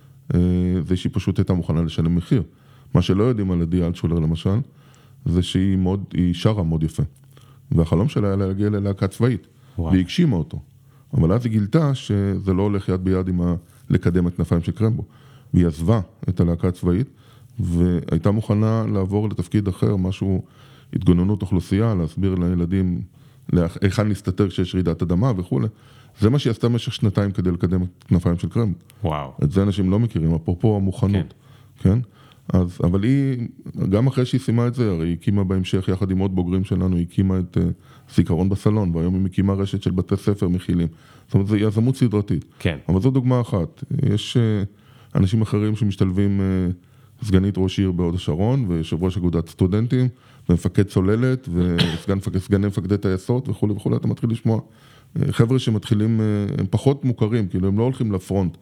[SPEAKER 2] זה שהיא פשוט הייתה מוכנה לשלם מחיר. מה שלא יודעים על עדי אלטשולר למשל, זה שהיא מאוד, היא שרה מאוד יפה. והחלום שלה היה להגיע ללהקה צבאית, והיא הגשימה אותו. אבל אז היא גילתה שזה לא הולך יד ביד עם ה... לקדם את כנפיים של קרמבו. והיא עזבה את הלהקה הצבאית, והייתה מוכנה לעבור לתפקיד אחר, משהו, התגוננות אוכלוסייה, להסביר לילדים היכן להסתתר כשיש רעידת אדמה וכו'. זה מה שהיא עשתה במשך שנתיים כדי לקדם את כנפיים של קרמבו.
[SPEAKER 1] וואו.
[SPEAKER 2] את זה אנשים לא מכירים, אפרופו המוכנות. כן. כן? אז, אבל היא, גם אחרי שהיא סיימה את זה, הרי היא הקימה בהמשך, יחד עם עוד בוגרים שלנו, היא הקימה את uh, זיכרון בסלון, והיום היא מקימה רשת של בתי ספר מכילים. זאת אומרת, זו יזמות סדרתית.
[SPEAKER 1] כן.
[SPEAKER 2] אבל זו דוגמה אחת. יש uh, אנשים אחרים שמשתלבים, uh, סגנית ראש עיר בהוד השרון, ויושב ראש אגודת סטודנטים, ומפקד צוללת, וסגן סגני מפקדי טייסות וכו' וכו'. אתה מתחיל לשמוע uh, חבר'ה שמתחילים, uh, הם פחות מוכרים, כאילו הם לא הולכים לפרונט.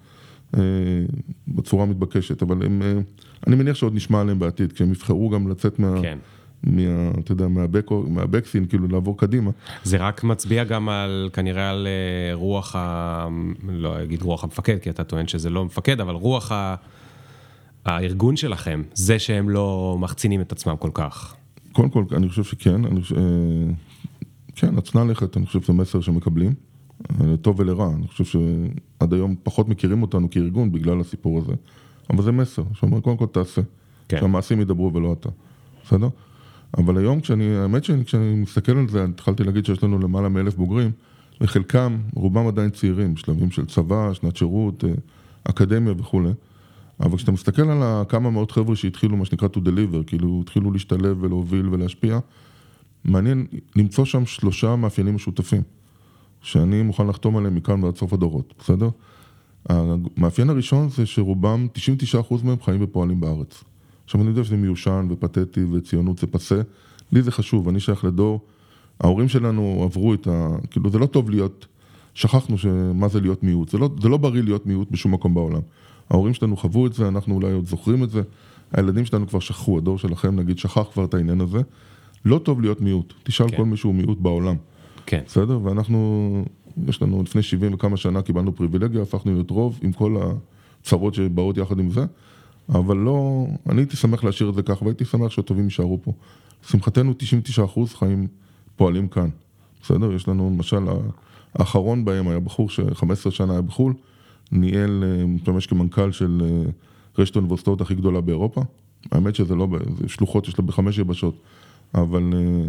[SPEAKER 2] בצורה מתבקשת, אבל הם, אני מניח שעוד נשמע עליהם בעתיד, כשהם יבחרו גם לצאת מה, כן. מה, אתה יודע, מהבק, מהבקסין, כאילו לעבור קדימה.
[SPEAKER 1] זה רק מצביע גם על, כנראה על רוח ה... לא אגיד רוח המפקד, כי אתה טוען שזה לא מפקד, אבל רוח ה... הארגון שלכם, זה שהם לא מחצינים את עצמם כל כך.
[SPEAKER 2] קודם כל, אני חושב שכן, אני חושב, כן, הצנע לכת, אני חושב שזה מסר שמקבלים. לטוב ולרע, אני חושב שעד היום פחות מכירים אותנו כארגון בגלל הסיפור הזה, אבל זה מסר, שאומר, קודם כל תעשה, כן. שהמעשים ידברו ולא אתה, בסדר? אבל היום, כשאני, האמת שכשאני מסתכל על זה, התחלתי להגיד שיש לנו למעלה מאלף בוגרים, וחלקם, רובם עדיין צעירים, בשלבים של צבא, שנת שירות, אקדמיה וכו'. אבל כשאתה מסתכל על כמה מאות חבר'ה שהתחילו, מה שנקרא to deliver, כאילו התחילו להשתלב ולהוביל ולהשפיע, מעניין למצוא שם שלושה מאפיינים משותפים. שאני מוכן לחתום עליהם מכאן ועד סוף הדורות, בסדר? המאפיין הראשון זה שרובם, תשעים ותשעה אחוז מהם חיים ופועלים בארץ. עכשיו אני יודע שזה מיושן ופתטי וציונות זה פסה, לי זה חשוב, אני שייך לדור, ההורים שלנו עברו את ה... כאילו זה לא טוב להיות, שכחנו שמה זה להיות מיעוט, זה לא, זה לא בריא להיות מיעוט בשום מקום בעולם. ההורים שלנו חוו את זה, אנחנו אולי עוד זוכרים את זה, הילדים שלנו כבר שכחו, הדור שלכם נגיד שכח כבר את העניין הזה, לא טוב להיות מיעוט, תשאל כן. כל מישהו מיעוט בעולם.
[SPEAKER 1] כן.
[SPEAKER 2] בסדר? ואנחנו, יש לנו לפני שבעים וכמה שנה קיבלנו פריבילגיה, הפכנו להיות רוב עם כל הצרות שבאות יחד עם זה, אבל לא, אני הייתי שמח להשאיר את זה כך, והייתי שמח שהטובים יישארו פה. שמחתנו תשעים ותשעה אחוז חיים פועלים כאן. בסדר? יש לנו, למשל, האחרון בהם היה בחור ש-חמש עשרה שנה היה בחול, ניהל, משתמש כמנכ"ל של רשת האוניברסיטאות הכי גדולה באירופה. האמת שזה לא, זה שלוחות, יש לה בחמש יבשות, אבל...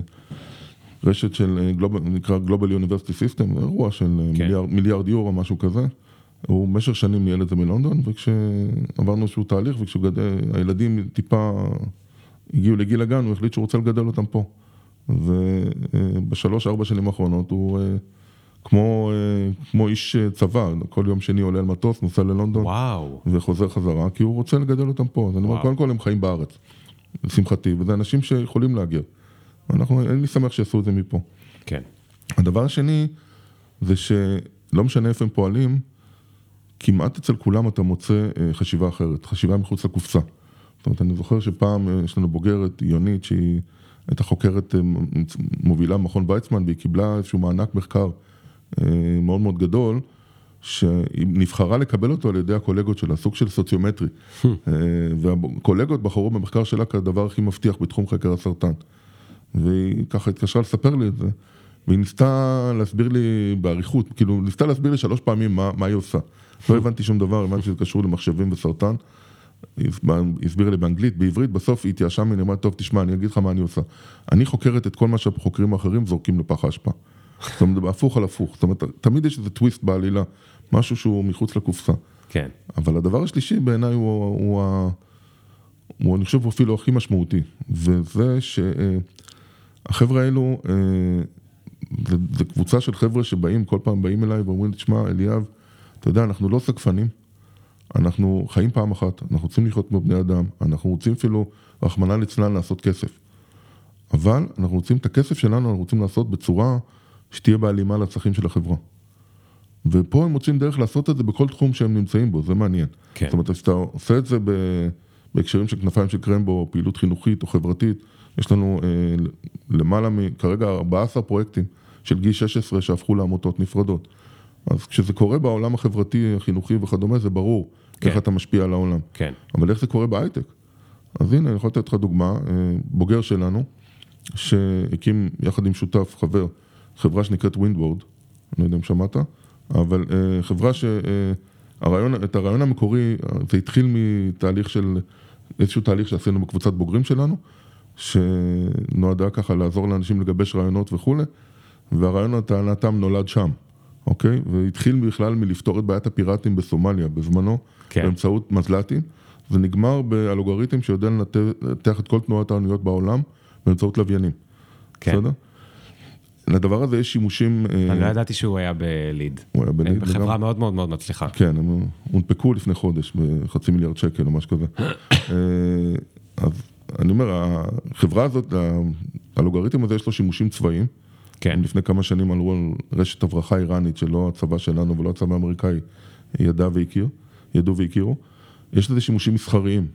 [SPEAKER 2] רשת של גלובל, נקרא Global University System, אירוע של כן. מיליארד, מיליארד יורו, משהו כזה. הוא במשך שנים ניהל את זה מלונדון, וכשעברנו איזשהו תהליך, וכשהילדים טיפה הגיעו לגיל הגן, הוא החליט שהוא רוצה לגדל אותם פה. ובשלוש, ארבע שנים האחרונות הוא כמו, כמו איש צבא, כל יום שני עולה על מטוס, נוסע ללונדון,
[SPEAKER 1] וואו.
[SPEAKER 2] וחוזר חזרה, כי הוא רוצה לגדל אותם פה. אז אני אומר, קודם כל הם חיים בארץ, לשמחתי, וזה אנשים שיכולים להגיע. אנחנו, אין לי שמח שיעשו את זה מפה.
[SPEAKER 1] כן.
[SPEAKER 2] הדבר השני, זה שלא משנה איפה הם פועלים, כמעט אצל כולם אתה מוצא חשיבה אחרת, חשיבה מחוץ לקופסה. זאת אומרת, אני זוכר שפעם יש לנו בוגרת, יונית, שהיא הייתה חוקרת מובילה מכון ויצמן, והיא קיבלה איזשהו מענק מחקר מאוד מאוד גדול, שהיא נבחרה לקבל אותו על ידי הקולגות שלה, סוג של סוציומטרי. והקולגות בחרו במחקר שלה כדבר הכי מבטיח בתחום חקר הסרטן. והיא ככה התקשרה לספר לי את זה, והיא ניסתה להסביר לי בעריכות, כאילו ניסתה להסביר לי שלוש פעמים מה, מה היא עושה. לא הבנתי שום דבר, הבנתי שזה קשור למחשבים וסרטן, היא הסבירה לי באנגלית, בעברית, בסוף היא התייאשה ממני, אמרה, טוב, תשמע, אני אגיד לך מה אני עושה. אני חוקרת את כל מה שהחוקרים האחרים זורקים לפח האשפה. זאת אומרת, הפוך על הפוך. זאת אומרת, תמיד יש איזה טוויסט בעלילה, משהו שהוא מחוץ לקופסה.
[SPEAKER 1] כן.
[SPEAKER 2] אבל הדבר השלישי בעיניי הוא, הוא, הוא, הוא, אני חושב, הוא אפילו הכי משמעותי, וזה ש... החבר'ה האלו, זה, זה קבוצה של חבר'ה שבאים, כל פעם באים אליי ואומרים, תשמע, אליאב, אתה יודע, אנחנו לא סקפנים, אנחנו חיים פעם אחת, אנחנו רוצים לחיות כמו בני אדם, אנחנו רוצים אפילו, רחמנא ליצלן, לעשות כסף. אבל אנחנו רוצים את הכסף שלנו, אנחנו רוצים לעשות בצורה שתהיה בהלימה לצרכים של החברה. ופה הם מוצאים דרך לעשות את זה בכל תחום שהם נמצאים בו, זה מעניין.
[SPEAKER 1] כן.
[SPEAKER 2] זאת אומרת, כשאתה עושה את זה בהקשרים של כנפיים של קרמבו, פעילות חינוכית או חברתית, יש לנו אה, למעלה מכרגע ארבעה עשר פרויקטים של גיל שש עשרה שהפכו לעמותות נפרדות. אז כשזה קורה בעולם החברתי, החינוכי וכדומה, זה ברור כן. איך אתה משפיע על העולם.
[SPEAKER 1] כן.
[SPEAKER 2] אבל איך זה קורה בהייטק? אז הנה, אני יכול לתת לך דוגמה, בוגר שלנו, שהקים יחד עם שותף, חבר, חברה שנקראת ווינדוורד, אני לא יודע אם שמעת, אבל חברה שהרעיון, את הרעיון המקורי, זה התחיל מתהליך של, איזשהו תהליך שעשינו בקבוצת בוגרים שלנו, שנועדה ככה לעזור לאנשים לגבש רעיונות וכו', והרעיון הטענתם נולד שם, אוקיי? והתחיל בכלל מלפתור את בעיית הפיראטים בסומליה, בזמנו, כן. באמצעות מזל"טים, זה נגמר באלגוריתם שיודע לנתח את כל תנועת האוניות בעולם, באמצעות לוויינים.
[SPEAKER 1] כן.
[SPEAKER 2] בסדר? לדבר הזה יש שימושים...
[SPEAKER 1] אני לא ידעתי שהוא היה בליד.
[SPEAKER 2] הוא היה בליד.
[SPEAKER 1] בחברה מאוד מאוד מאוד מצליחה.
[SPEAKER 2] כן, הם הונפקו לפני חודש, בחצי מיליארד שקל או משהו כזה. אז אני אומר, החברה הזאת, האלגוריתם הזה יש לו שימושים צבאיים.
[SPEAKER 1] כן.
[SPEAKER 2] לפני כמה שנים עלו על רשת הברחה איראנית, שלא הצבא שלנו ולא הצבא האמריקאי ידע והכיר, ידעו והכירו. יש לזה שימושים מסחריים.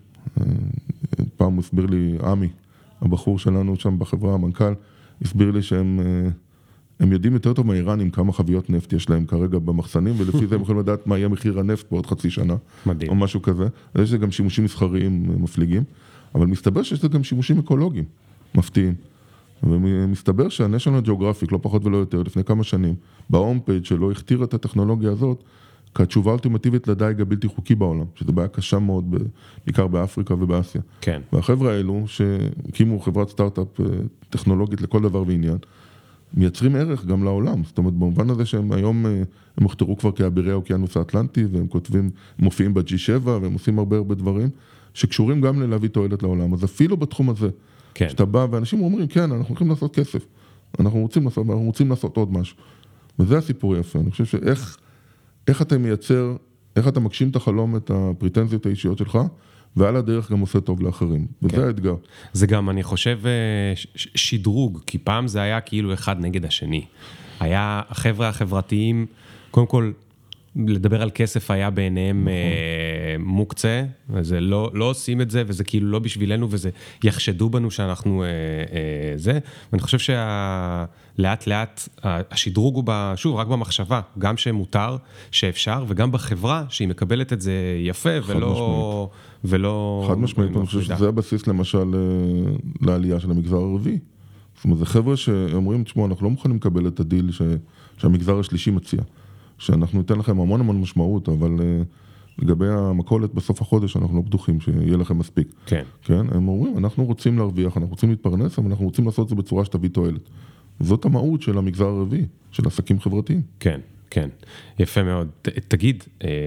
[SPEAKER 2] פעם הוא הסביר לי, עמי, הבחור שלנו שם בחברה, המנכ"ל, הסביר לי שהם הם יודעים יותר טוב מהאיראנים כמה חביות נפט יש להם כרגע במחסנים, ולפי זה הם יכולים לדעת מה יהיה מחיר הנפט בעוד חצי שנה. מדהים. או משהו כזה. יש לזה גם שימושים מסחריים מפליגים, אבל מסתבר שיש לזה גם שימושים אקולוגיים מפתיעים. ומסתבר שה-National Geographic, לא פחות ולא יותר, לפני כמה שנים, בהום פייג' שלו הכתיר את הטכנולוגיה הזאת, כתשובה אולטימטיבית לדייג הבלתי חוקי בעולם, שזו בעיה קשה מאוד, בעיקר באפריקה ובאסיה. כן. והחבר'ה האלו, שהקימו חברת סטארט-אפ טכנולוגית לכל דבר ועניין, מייצרים ערך גם לעולם. זאת אומרת, במובן הזה שהם היום, הם הוכתרו כבר כאבירי האוקיינוס האטלנטי, והם כותבים, מופיעים ב-ג'י שבע, והם עושים הרבה הרבה דברים, שקשורים גם ללהביא תועלת לעולם. אז אפילו בתחום הזה, כן. שאתה בא, ואנשים אומרים, כן, אנחנו הולכים לעשות כסף. אנחנו רוצים לעשות, אנחנו רוצים לעשות עוד משהו. וזה הסיפור יפה. אני חושב שאיך, איך אתה מייצר, איך אתה מגשים את החלום, את הפריטנזיות האישיות שלך, ועל הדרך גם עושה טוב לאחרים. וזה כן. האתגר.
[SPEAKER 1] זה גם, אני חושב, שדרוג, כי פעם זה היה כאילו אחד נגד השני. היה החבר'ה החברתיים, קודם כל, לדבר על כסף היה בעיניהם נכון. אה, מוקצה, וזה לא, לא עושים את זה, וזה כאילו לא בשבילנו, וזה יחשדו בנו שאנחנו אה, אה, זה. ואני חושב שלאט לאט השדרוג הוא, ב, שוב, רק במחשבה, גם שמותר, שאפשר, וגם בחברה, שהיא מקבלת את זה יפה, ולא... ולא...
[SPEAKER 2] חד משמעית, אני חושב שזה הבסיס למשל לעלייה של המגזר הערבי. זאת אומרת, זה חבר'ה שאומרים, תשמעו, אנחנו לא מוכנים לקבל את הדיל ש... שהמגזר השלישי מציע. שאנחנו ניתן לכם המון המון משמעות, אבל uh, לגבי המקולת בסוף החודש, אנחנו לא בטוחים שיהיה לכם מספיק. כן. כן? הם אומרים, אנחנו רוצים להרוויח, אנחנו רוצים להתפרנס, אבל אנחנו רוצים לעשות את זה בצורה שתביא תועלת. זאת המהות של המגזר הערבי, של עסקים חברתיים.
[SPEAKER 1] כן, כן. יפה מאוד. ת, תגיד,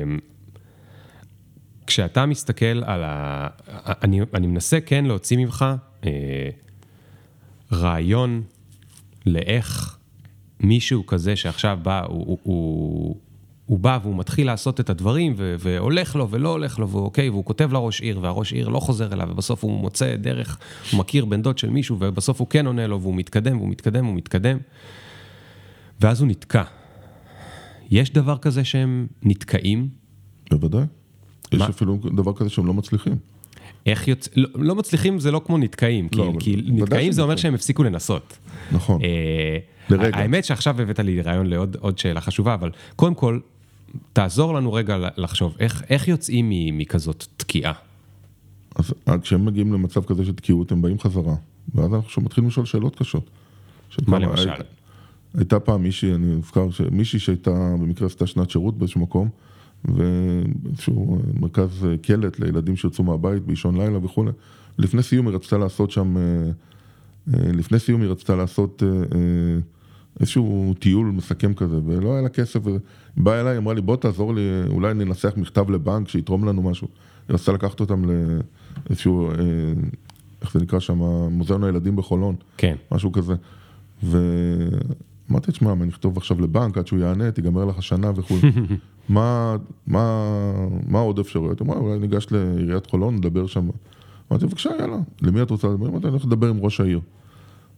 [SPEAKER 1] כשאתה מסתכל על ה... אני, אני מנסה כן להוציא ממך אה, רעיון לאיך מישהו כזה שעכשיו בא, הוא, הוא, הוא, הוא בא והוא מתחיל לעשות את הדברים, ו, והולך לו ולא הולך לו, ואוקיי, והוא כותב לראש עיר, והראש עיר לא חוזר אליו, ובסוף הוא מוצא דרך, הוא מכיר בן דוד של מישהו, ובסוף הוא כן עונה לו, והוא מתקדם, והוא מתקדם, והוא מתקדם, ואז הוא נתקע. יש דבר כזה שהם נתקעים?
[SPEAKER 2] בוודאי. יש אפילו דבר כזה שהם לא מצליחים.
[SPEAKER 1] איך יוצא, לא, לא מצליחים זה לא כמו נתקעים, לא, כי, כי נתקעים זה אומר שהם הפסיקו לנסות.
[SPEAKER 2] נכון.
[SPEAKER 1] אה, לרגע. האמת שעכשיו הבאת לי רעיון לעוד עוד שאלה חשובה, אבל קודם כל, תעזור לנו רגע לחשוב, איך, איך יוצאים מכזאת תקיעה?
[SPEAKER 2] אז כשהם מגיעים למצב כזה של תקיעות, הם באים חזרה, ואז אנחנו מתחילים לשאול שאלות קשות.
[SPEAKER 1] מה למשל?
[SPEAKER 2] הי, הייתה פעם מישהי, אני אזכר, מישהי שהייתה במקרה עשתה שנת שירות באיזשהו מקום, ואיזשהו מרכז קלט לילדים שיוצאו מהבית באישון לילה וכו'. לפני סיום היא רצתה לעשות שם, לפני סיום היא רצתה לעשות איזשהו טיול מסכם כזה, ולא היה לה כסף, היא באה אליי, אמרה לי, בוא תעזור לי, אולי ננסח מכתב לבנק שיתרום לנו משהו. היא רצתה לקחת אותם לאיזשהו, איך זה נקרא שם, מוזיאון הילדים בחולון.
[SPEAKER 1] כן.
[SPEAKER 2] משהו כזה. ו... אמרתי, תשמע, אני נכתוב עכשיו לבנק, עד שהוא יענה, תיגמר לך שנה וכו'. מה, מה, מה עוד אפשרויות? אמרה, אולי ניגש לעיריית חולון, נדבר שם. אמרתי, בבקשה, יאללה, למי את רוצה לדבר? אמרתי, אני הולך לדבר עם ראש העיר.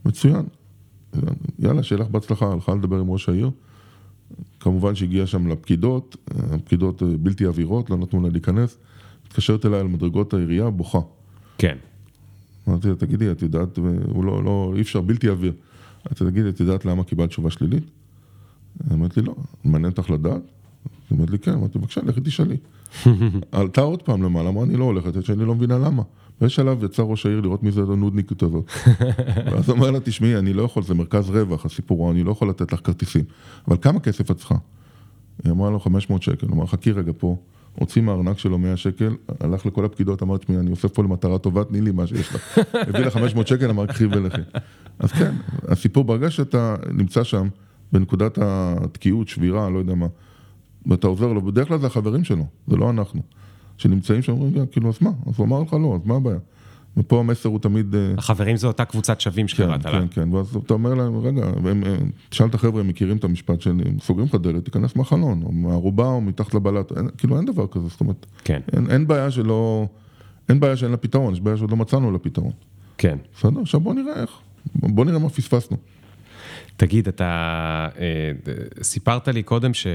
[SPEAKER 2] מצוין. יאללה, שיהיה לך בהצלחה, הלכה לדבר עם ראש העיר. כמובן שהגיע שם לפקידות, הפקידות בלתי אווירות, לא נתנו לה להיכנס. התקשרת אליי על מדרגות העירייה, בוכה.
[SPEAKER 1] כן.
[SPEAKER 2] אמרתי, תגידי, את יודעת, הוא לא, לא, אי אפשר, בלתי אוויר. את תגידי, את יודעת למה קיבלת תשובה שלילית? אמרתי לי, לא, מעניין אותך לדעת? אמרתי לי, כן, אמרתי, בבקשה, לכי תשאלי. עלתה עוד פעם למעלה, אמרה, אני לא הולכת, שאני לא מבינה למה. ויש עליו יצא ראש העיר לראות מי זה הנודניקות הזאת. ואז אומר לה, תשמעי, אני לא יכול, זה מרכז רווח, הסיפור, אני לא יכול לתת לך כרטיסים. אבל כמה כסף את צריכה? היא אמרה לו חמש מאות שקל, אמר, חכי רגע פה, הוציא מהארנק שלו מאה שקל, הלך לכל הפקידות, אמר, תשמעי, אני אוסף פה למטרה טובה, תני לי מה שיש לך. הביא לה חמש מאות שקל, אמר, קחי ולכי. אז כן, הסיפור ברגע שאתה נמצא שם, בנקודת התקיעות, שבירה, לא יודע מה, ואתה עוזר לו, בדרך כלל זה החברים שלו, זה לא אנחנו. שנמצאים שם, אומרים, כאילו, אז מה? אז הוא אמר לך לא, אז מה הבעיה? ופה המסר הוא תמיד...
[SPEAKER 1] החברים זו אותה קבוצת שווים שקראת
[SPEAKER 2] כן,
[SPEAKER 1] עליו.
[SPEAKER 2] כן, כן, ואז אתה אומר להם, רגע, תשאל את החבר'ה, הם מכירים את המשפט של, סוגרים לך דלת, תיכנס מהחלון, או מהרובה, או מתחת לבלט, כאילו, אין דבר כזה, זאת אומרת,
[SPEAKER 1] כן.
[SPEAKER 2] אין, אין בעיה שלא, אין בעיה שאין לה פתרון, יש בעיה שעוד לא מצאנו לה פתרון.
[SPEAKER 1] כן.
[SPEAKER 2] בסדר, עכשיו בוא נראה איך, בוא נראה מה פספסנו.
[SPEAKER 1] תגיד, אתה אה, סיפרת לי קודם ש...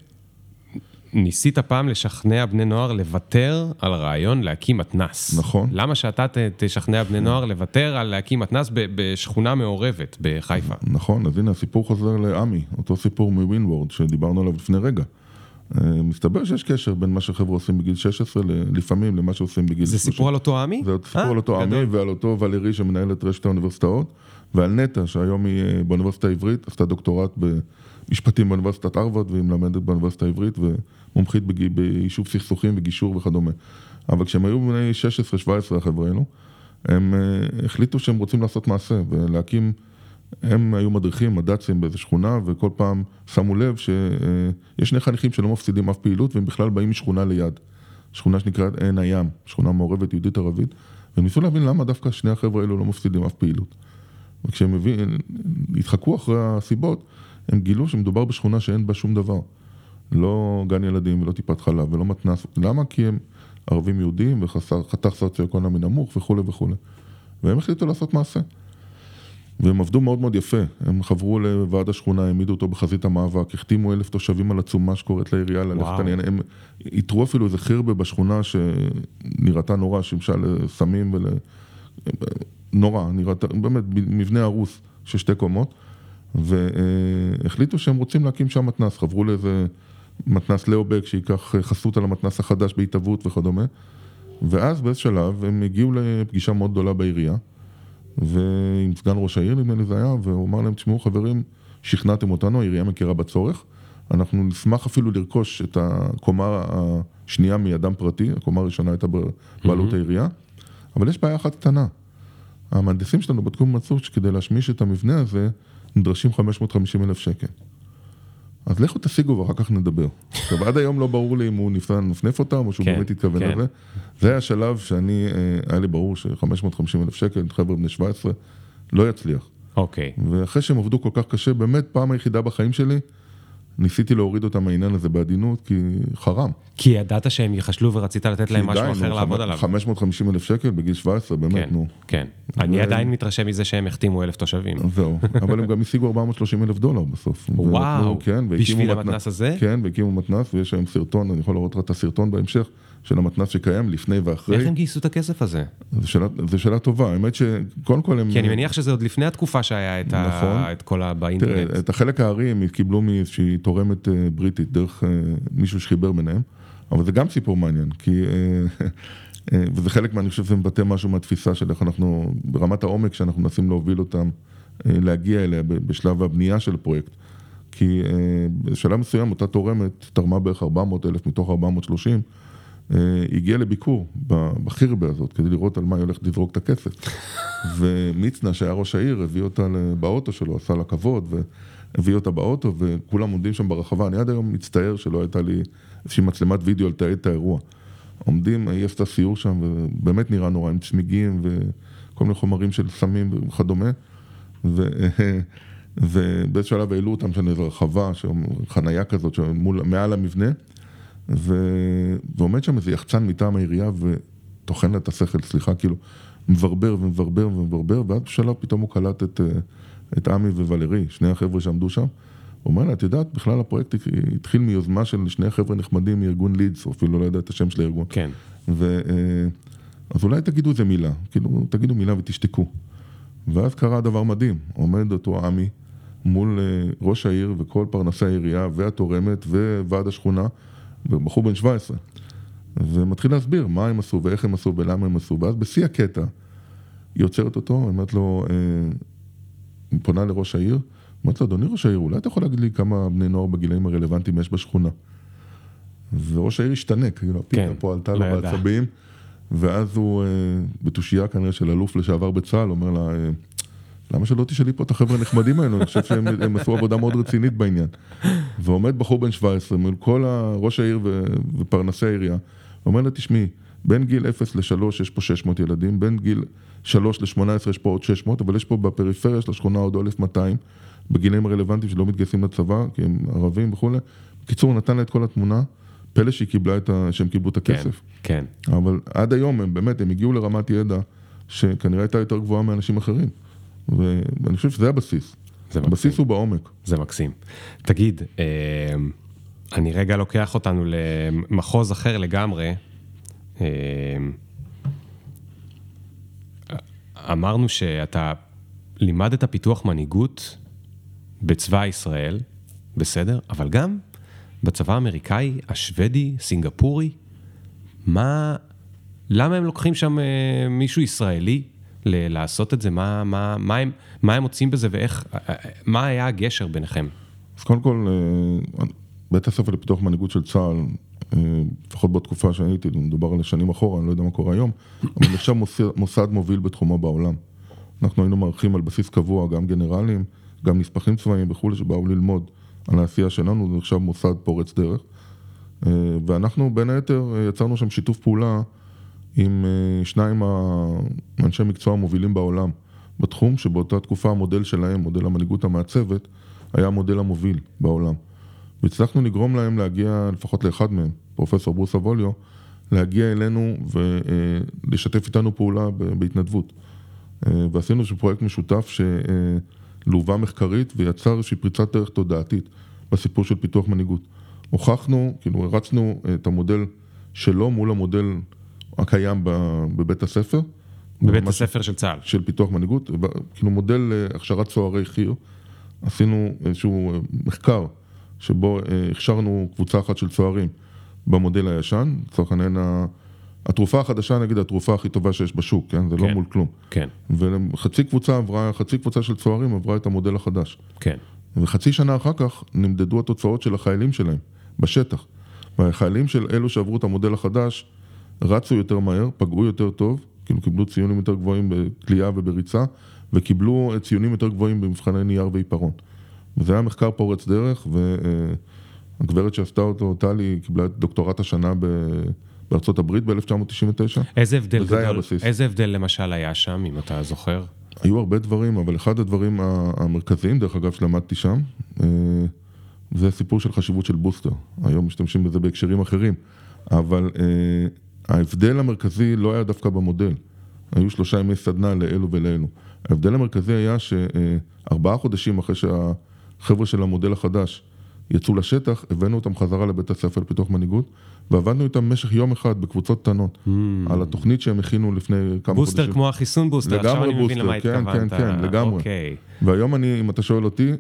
[SPEAKER 1] ניסית פעם לשכנע בני נוער לוותר על הרעיון להקים מתנס.
[SPEAKER 2] נכון.
[SPEAKER 1] למה שאתה תשכנע בני נוער לוותר על להקים מתנס בשכונה מעורבת בחיפה?
[SPEAKER 2] נכון, אז הנה הסיפור חוזר לעמי, אותו סיפור מווינוורד שדיברנו עליו לפני רגע. מסתבר שיש קשר בין מה שחבר'ה עושים בגיל שש עשרה לפעמים למה שעושים בגיל
[SPEAKER 1] זה
[SPEAKER 2] שלושים.
[SPEAKER 1] סיפור על אותו עמי?
[SPEAKER 2] זה סיפור על אותו עמי ועל אותו ולרי שמנהל את רשת האוניברסיטאות, ועל נטע שהיום היא באוניברסיטה העברית, עשתה דוקטורט במשפטים באוניברסיטת הרווארד, והיא מלמדת באוניברסיטה העברית ומומחית ביישוב סכסוכים וגישור וכדומה. אבל כשהם היו בני שש עשרה שבע עשרה החבר'ה האלו, הם החליטו שהם רוצים לעשות מעשה ולהקים, הם היו מדריכים, מד"צים באיזו שכונה, וכל פעם שמו לב שיש שני חניכים שלא מפסידים אף פעילות, והם בכלל באים משכונה ליד, שכונה שנקראת עין הים, שכונה מעורבת יהודית ערבית, והם ניסו להבין למה דווקא שני החבר'ה האלו לא מפסידים אף פעילות. וכשהם הבין, התחקו אחרי הסיבות, הם גילו שמדובר בשכונה שאין בה שום דבר. לא גן ילדים ולא טיפת חלב ולא מתנ"ס. למה? כי הם ערבים יהודים וחתך סוציו-אקונומי נמוך וכו' וכו'. והם החליטו לעשות מעשה. והם עבדו מאוד מאוד יפה. הם חברו לוועד השכונה, העמידו אותו בחזית המאבק, החתימו אלף תושבים על עצומה שקוראת לעירייה ללכת עניין. הם יתרו אפילו איזה חירבה בשכונה שנראתה נורא, שימשה לסמים ול... נורא, נראתה, באמת, מבנה הרוס של שתי קומות, והחליטו שהם רוצים להקים שם מתנס, חברו לאיזה מתנס לאובק שיקח חסות על המתנס החדש בהתאבות וכדומה, ואז באיזה שלב הם הגיעו לפגישה מאוד גדולה בעירייה, ועם סגן ראש העיר נדמה לי זה היה, והוא אמר להם, תשמעו חברים, שכנעתם אותנו, העירייה מכירה בצורך, אנחנו נשמח אפילו לרכוש את הקומה השנייה מידם פרטי, הקומה הראשונה הייתה בבעלות העירייה, אבל יש בעיה אחת קטנה, המהנדסים שלנו בדקו ומצאו שכדי להשמיש את המבנה הזה, נדרשים חמש מאות וחמישים אלף שקל. אז לכו תשיגו ואחר כך נדבר. עכשיו, עד היום לא ברור לי אם הוא נפנף אותם, או שהוא
[SPEAKER 1] כן,
[SPEAKER 2] באמת התכוון
[SPEAKER 1] כן.
[SPEAKER 2] לזה. זה היה השלב שאני, היה לי ברור ש-חמש מאות וחמישים אלף שקל, חבר'ה בני שבע עשרה, לא יצליח.
[SPEAKER 1] אוקיי.
[SPEAKER 2] ואחרי שהם עבדו כל כך קשה, באמת פעם היחידה בחיים שלי, ניסיתי להוריד אותם מהעניין הזה בעדינות, כי חרם.
[SPEAKER 1] כי ידעת שהם יחשלו ורצית לתת להם משהו אחר לעבוד עליו.
[SPEAKER 2] חמש מאות וחמישים אלף שקל בגיל שבע עשרה, באמת, נו.
[SPEAKER 1] כן, אני עדיין מתרשם מזה שהם החתימו אלף תושבים.
[SPEAKER 2] זהו, אבל הם גם השיגו ארבע מאות ושלושים אלף דולר בסוף.
[SPEAKER 1] וואו, בשביל המתנס הזה?
[SPEAKER 2] כן, והקימו מתנס, ויש היום סרטון, אני יכול לראות לך את הסרטון בהמשך, של המתנס שקיים לפני ואחרי.
[SPEAKER 1] איך הם גייסו את הכסף הזה?
[SPEAKER 2] זו שאלה טובה, האמת שקודם כל הם...
[SPEAKER 1] כי אני מניח שזה עוד לפני התקופה שהיה את כל באינטרנט.
[SPEAKER 2] תראה, את החלק הארי הם קיבלו מאיזושהי תורמת בריטית, דרך מישהו שחיבר ביניהם, אבל זה גם סיפור מעניין, כי... וזה חלק מה, אני חושב שזה מבטא משהו מהתפיסה של איך אנחנו, ברמת העומק שאנחנו מנסים להוביל אותם, להגיע אליה בשלב הבנייה של הפרויקט. כי בשלב מסוים אותה תורמת תרמה בערך ארבע מאות אלף מתוך ארבע מאות ושלושים, הגיע לביקור בחירבה הזאת, כדי לראות על מה היא הולכת לזרוק את הכסף. ומיצנה, שהיה ראש העיר, הביא אותה באוטו שלו, עשה לה כבוד, והביא אותה באוטו, וכולם עומדים שם ברחבה. אני עד היום מצטער שלא הייתה לי איזושהי מצלמת וידאו על תעד את האירוע. עומדים, היא עשתה סיור שם, ובאמת נראה נורא, עם צמיגים וכל מיני חומרים של סמים וכדומה. ובאיזשהו שלב העלו אותם שם איזו רחבה, חנייה כזאת, מעל המבנה, ועומד שם איזה יחצן מטעם העירייה, טוחן את השכל, סליחה, כאילו, מברבר ומברבר ומברבר, ואז בשלב פתאום הוא קלט את, את עמי וולרי, שני החבר'ה שעמדו שם. הוא אומר לה, את יודעת, בכלל הפרויקט התחיל מיוזמה של שני חבר'ה נחמדים מארגון לידס, או אפילו לא יודע את השם של הארגון.
[SPEAKER 1] כן.
[SPEAKER 2] ו, אז אולי תגידו איזה מילה, כאילו, תגידו מילה ותשתקו. ואז קרה דבר מדהים, עומד אותו עמי מול ראש העיר וכל פרנסי העירייה והתורמת וועד השכונה, בחור בן שבע עשרה. ומתחיל להסביר מה הם עשו ואיך הם עשו ולמה הם עשו, ואז בשיא הקטע היא יוצרת אותו, אומרת לו, היא פונה לראש העיר, אומרת לו, אדוני ראש העיר, אולי אתה יכול להגיד לי כמה בני נוער בגילאים הרלוונטיים יש בשכונה? וראש העיר השתנה, כאילו, הפיקה פה עלתה לו בעצבים, ואז הוא בתושייה כנראה של אלוף לשעבר בצה"ל, אומר לה, למה שלא תשאלי פה את החבר'ה הנחמדים האלו? אני חושב שהם עשו עבודה מאוד רצינית בעניין. ועומד בחור בן שבע עשרה, מול כל ראש העיר ופרנסי העירייה, אומר לה, תשמעי, בין גיל אפס לשלוש יש פה שש מאות ילדים, בין גיל שלוש לשמונה עשרה יש פה עוד שש מאות, אבל יש פה בפריפריה של השכונה עוד אלף ומאתיים, בגילאים הרלוונטיים שלא מתגייסים לצבא, כי הם ערבים וכו'. בקיצור, נתן לה את כל התמונה, פלא שהיא קיבלה את ה... שהם קיבלו את הכסף.
[SPEAKER 1] כן,
[SPEAKER 2] כן. אבל עד היום הם באמת, הם הגיעו לרמת ידע שכנראה הייתה יותר גבוהה מאנשים אחרים. ואני חושב שזה הבסיס. הבסיס הוא בעומק.
[SPEAKER 1] זה מקסים. תגיד, אני רגע לוקח אותנו למחוז אחר לגמרי. אמרנו שאתה לימדת פיתוח מנהיגות בצבא ישראל, בסדר? אבל גם בצבא האמריקאי, השוודי, סינגפורי. מה, למה הם לוקחים שם מישהו ישראלי לעשות את זה? מה, מה, מה הם, מה הם מוצאים בזה ואיך, מה היה הגשר ביניכם?
[SPEAKER 2] אז קודם כל, בית הספר לפיתוח מנהיגות של צה"ל, לפחות בתקופה שהייתי, מדובר על שנים אחורה, אני לא יודע מה קורה היום, אבל נחשב מוסד מוביל בתחומו בעולם. אנחנו היינו מערכים על בסיס קבוע, גם גנרלים, גם נספחים צבאיים וכו' שבאו ללמוד על העשייה שלנו, זה נחשב מוסד פורץ דרך. ואנחנו בין היתר יצרנו שם שיתוף פעולה עם שניים האנשי מקצוע המובילים בעולם, בתחום שבאותה תקופה המודל שלהם, מודל המנהיגות המעצבת, היה המודל המוביל בעולם. והצלחנו לגרום להם להגיע, לפחות לאחד מהם, פרופסור ברוס אבוליו, להגיע אלינו ולשתף איתנו פעולה בהתנדבות. ועשינו איזשהו פרויקט משותף שלובה מחקרית ויצר איזושהי פריצת דרך תודעתית בסיפור של פיתוח מנהיגות. הוכחנו, כאילו הרצנו את המודל שלו מול המודל הקיים בבית הספר.
[SPEAKER 1] בבית הספר של צה"ל.
[SPEAKER 2] של פיתוח מנהיגות, כאילו מודל הכשרת צוערי חי"ר. עשינו איזשהו מחקר שבו הכשרנו קבוצה אחת של צוערים במודל הישן, לצורך העניין התרופה החדשה, נגיד התרופה הכי טובה שיש בשוק, כן? זה
[SPEAKER 1] כן.
[SPEAKER 2] לא מול כלום.
[SPEAKER 1] כן.
[SPEAKER 2] וחצי קבוצה עברה, חצי קבוצה של צוערים עברה את המודל החדש.
[SPEAKER 1] כן.
[SPEAKER 2] וחצי שנה אחר כך נמדדו התוצאות של החיילים שלהם בשטח. והחיילים של אלו שעברו את המודל החדש רצו יותר מהר, פגעו יותר טוב, כאילו קיבלו ציונים יותר גבוהים בקליעה ובריצה, וקיבלו ציונים יותר גבוהים במבחני נייר ועיפרון. וזה היה מחקר פורץ דרך, והגברת שעשתה אותו, טלי, קיבלה את דוקטורט השנה בארצות הברית ב-אלף תשע מאות תשעים ותשע.
[SPEAKER 1] איזה הבדל גדול, איזה הבדל למשל היה שם, אם אתה זוכר?
[SPEAKER 2] היו הרבה דברים, אבל אחד הדברים המרכזיים, דרך אגב, שלמדתי שם, זה סיפור של חשיבות של בוסטר. היום משתמשים בזה בהקשרים אחרים, אבל ההבדל המרכזי לא היה דווקא במודל. היו שלושה ימי סדנה לאלו ולאלו. ההבדל המרכזי היה שארבעה חודשים אחרי שהחבר'ה של המודל החדש יצאו לשטח, הבאנו אותם חזרה לבית הספר לפיתוח מנהיגות, ועבדנו איתם במשך יום אחד בקבוצות קטנות, mm. על התוכנית שהם הכינו לפני כמה
[SPEAKER 1] בוסטר
[SPEAKER 2] חודשים.
[SPEAKER 1] בוסטר כמו החיסון בוסטר, עכשיו אני מבין למה
[SPEAKER 2] כן,
[SPEAKER 1] התכוונת.
[SPEAKER 2] כן, כן, לגמרי.
[SPEAKER 1] Okay.
[SPEAKER 2] והיום אני, אם אתה שואל אותי,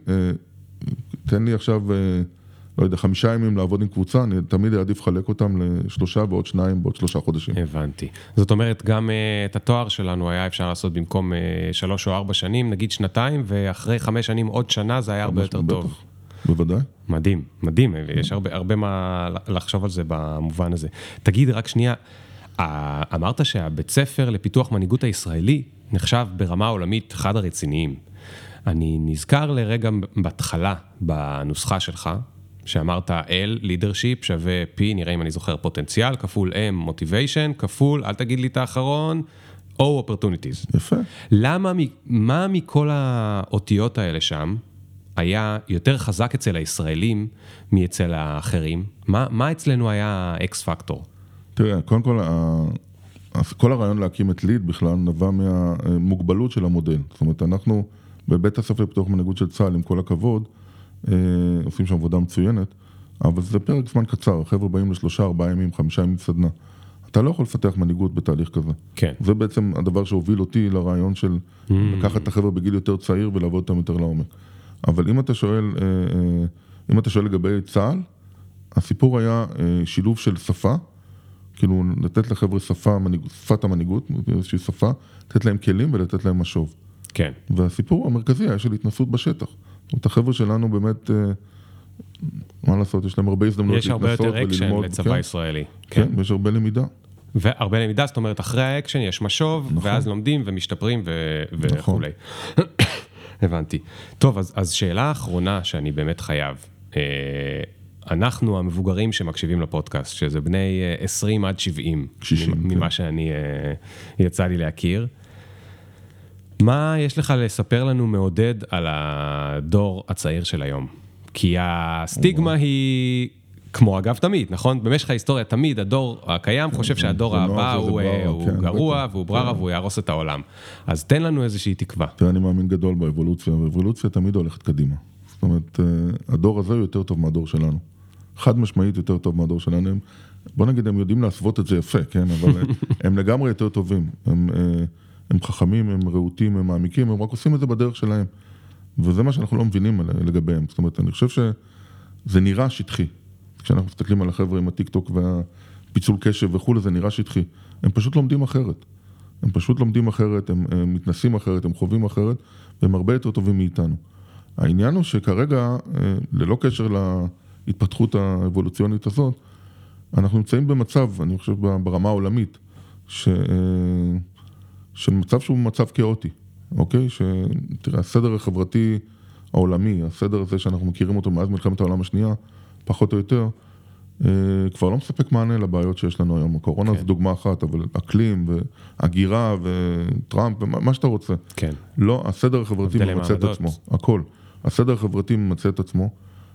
[SPEAKER 2] תן לי עכשיו, לא יודע, חמישה ימים לעבוד עם קבוצה, אני תמיד אעדיף לחלק אותם לשלושה ועוד שניים בעוד שלושה חודשים.
[SPEAKER 1] הבנתי. זאת אומרת, גם את התואר שלנו היה אפשר לעשות במקום שלוש או ארבע שנים, נגיד שנתיים, ואחרי חמש שנים עוד שנה זה היה הרבה יותר טוב.
[SPEAKER 2] בוודאי.
[SPEAKER 1] מדהים, מדהים, יש הרבה, הרבה מה לחשוב על זה במובן הזה. תגיד רק שנייה, אמרת שהבית ספר לפיתוח מנהיגות הישראלי נחשב ברמה עולמית אחד הרציניים. אני נזכר לרגע בהתחלה בנוסחה שלך, שאמרת L, leadership, שווה P, נראה אם אני זוכר פוטנציאל, כפול M, motivation, כפול, אל תגיד לי את האחרון, O, opportunities.
[SPEAKER 2] יפה.
[SPEAKER 1] למה, מה מכל האותיות האלה שם, היה יותר חזק אצל הישראלים מאצל האחרים? מה, מה אצלנו היה אקס פקטור?
[SPEAKER 2] תראה, קודם כל, אז כל הרעיון להקים את ליד בכלל נבע מהמוגבלות של המודל. זאת אומרת, אנחנו בבית הספר לפיתוח מנהיגות של צה"ל, עם כל הכבוד, עושים שם עבודה מצוינת, אבל זה פרק זמן קצר, החבר'ה באים לשלושה, ארבעה ימים, חמישה ימים סדנה. אתה לא יכול לפתח מנהיגות בתהליך כזה.
[SPEAKER 1] כן.
[SPEAKER 2] זה בעצם הדבר שהוביל אותי לרעיון של mm. לקחת את החבר'ה בגיל יותר צעיר ולעבוד אותם יותר לעומק. אבל אם אתה שואל, אם אתה שואל לגבי צה"ל, הסיפור היה שילוב של שפה, כאילו לתת לחבר'ה שפה, שפת המנהיגות, איזושהי שפה, לתת להם כלים ולתת להם משוב.
[SPEAKER 1] כן.
[SPEAKER 2] והסיפור המרכזי היה של התנסות בשטח. את החבר'ה שלנו באמת, מה לעשות, יש להם הרבה הזדמנויות
[SPEAKER 1] להתנסות וללמוד. יש הרבה יותר אקשן לצבא ישראלי.
[SPEAKER 2] כן, ויש הרבה למידה.
[SPEAKER 1] והרבה למידה, זאת אומרת, אחרי האקשן יש משוב, ואז לומדים ומשתפרים וכו'. הבנתי. טוב, אז שאלה האחרונה שאני באמת חייב. אנחנו המבוגרים שמקשיבים לפודקאסט, שזה בני עשרים עד שבעים, ממה שאני יצא לי להכיר. מה יש לך לספר לנו מעודד על הדור הצעיר של היום? כי הסטיגמה היא, כמו אגב תמיד, נכון? במשך ההיסטוריה תמיד הדור הקיים חושב שהדור הבא הוא גרוע והוא בררה והוא יהרוס את העולם. אז תן לנו איזושהי תקווה.
[SPEAKER 2] תראה, אני מאמין גדול באבולוציה, ואבולוציה תמיד הולכת קדימה. זאת אומרת, הדור הזה הוא יותר טוב מהדור שלנו. חד משמעית יותר טוב מהדור שלנו. בוא נגיד, הם יודעים להסוות את זה יפה, כן? אבל הם לגמרי יותר טובים. הם... הם חכמים, הם רהוטים, הם מעמיקים, הם רק עושים את זה בדרך שלהם. וזה מה שאנחנו לא מבינים לגביהם. זאת אומרת, אני חושב שזה נראה שטחי. כשאנחנו מסתכלים על החבר'ה עם הטיק-טוק והפיצול קשב וכו', זה נראה שטחי. הם פשוט לומדים אחרת. הם פשוט לומדים אחרת, הם, הם מתנסים אחרת, הם חווים אחרת, והם הרבה יותר טובים מאיתנו. העניין הוא שכרגע, ללא קשר להתפתחות האבולוציונית הזאת, אנחנו נמצאים במצב, אני חושב ברמה העולמית, ש... של מצב שהוא מצב כאוטי, אוקיי? שתראה, הסדר החברתי העולמי, הסדר הזה שאנחנו מכירים אותו מאז מלחמת העולם השנייה, פחות או יותר, כבר לא מספק מענה לבעיות שיש לנו היום. הקורונה כן. זו דוגמה אחת, אבל אקלים והגירה וטראמפ ומה שאתה רוצה.
[SPEAKER 1] כן.
[SPEAKER 2] לא, הסדר החברתי ממצא את עצמו, הכל. הסדר החברתי ממצא את עצמו,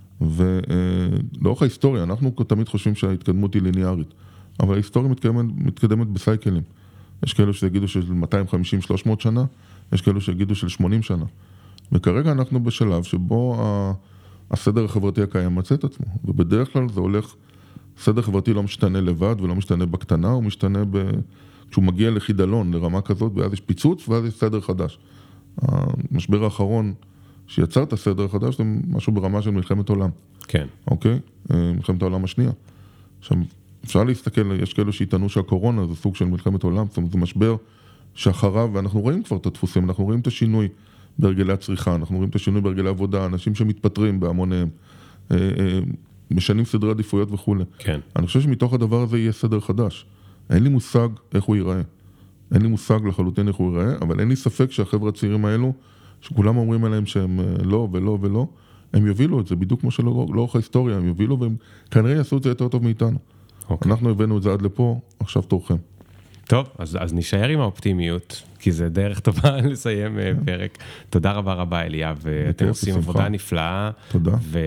[SPEAKER 2] ולאורך ההיסטוריה, אנחנו תמיד חושבים שההתקדמות היא ליניארית, אבל ההיסטוריה מתקדמת, מתקדמת בסייקלים. יש כאלו שיגידו של מאתיים וחמישים עד שלוש מאות שנה, יש כאלו שיגידו של שמונים שנה. וכרגע אנחנו בשלב שבו הסדר החברתי הקיים מצא את עצמו, ובדרך כלל זה הולך, סדר חברתי לא משתנה לבד ולא משתנה בקטנה, הוא משתנה ב... כשהוא מגיע לחידלון, לרמה כזאת, ואז יש פיצוץ ואז יש סדר חדש. המשבר האחרון שיצר את הסדר החדש זה משהו ברמה של מלחמת עולם.
[SPEAKER 1] כן.
[SPEAKER 2] אוקיי? מלחמת העולם השנייה. עכשיו, אפשר להסתכל, יש כאלו שיטענו שהקורונה זה סוג של מלחמת עולם, זאת אומרת, זה משבר שאחריו, ואנחנו רואים כבר את הדפוסים, אנחנו רואים את השינוי בהרגלי הצריכה, אנחנו רואים את השינוי בהרגלי עבודה, אנשים שמתפטרים בהמוניהם, משנים סדרי עדיפויות וכו'.
[SPEAKER 1] כן.
[SPEAKER 2] אני חושב שמתוך הדבר הזה יהיה סדר חדש. אין לי מושג איך הוא ייראה. אין לי מושג לחלוטין איך הוא ייראה, אבל אין לי ספק שהחבר'ה הצעירים האלו, שכולם אומרים עליהם שהם לא ולא ולא, הם יובילו את זה, בדיוק כמו שלאורך ההיסטוריה, הם יובילו והם כנראה יעשו את זה יותר טוב מאיתנו. Okay. אנחנו הבאנו את זה עד לפה, עכשיו תורכם.
[SPEAKER 1] טוב, אז, אז נשאר עם האופטימיות, כי זה דרך טובה לסיים yeah. פרק. תודה רבה רבה אליאב, ואתם עושים עבודה נפלאה.
[SPEAKER 2] תודה.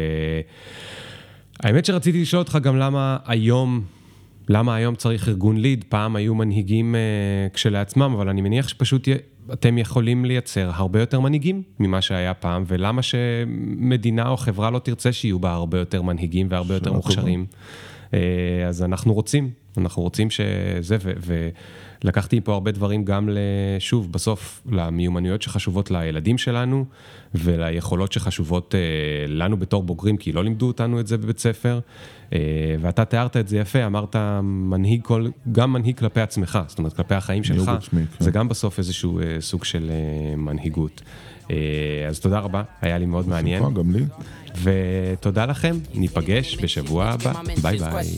[SPEAKER 1] והאמת שרציתי לשאול אותך גם למה היום, למה היום צריך ארגון ליד, פעם היו מנהיגים uh, כשלעצמם, אבל אני מניח שפשוט אתם יכולים לייצר הרבה יותר מנהיגים ממה שהיה פעם, ולמה שמדינה או חברה לא תרצה שיהיו בה הרבה יותר מנהיגים והרבה יותר מוכשרים. אז אנחנו רוצים, אנחנו רוצים שזה, ולקחתי פה הרבה דברים גם שוב, בסוף, למיומנויות שחשובות לילדים שלנו, וליכולות שחשובות לנו בתור בוגרים, כי לא לימדו אותנו את זה בבית ספר, ואתה תיארת את זה יפה, אמרת מנהיג כל, גם מנהיג כלפי עצמך, זאת אומרת, כלפי החיים שלך, זה גם בסוף איזשהו סוג של מנהיגות. אז תודה רבה, היה לי מאוד מעניין.
[SPEAKER 2] שמחה, גם לי.
[SPEAKER 1] ותודה לכם, ניפגש בשבוע הבא, ביי ביי.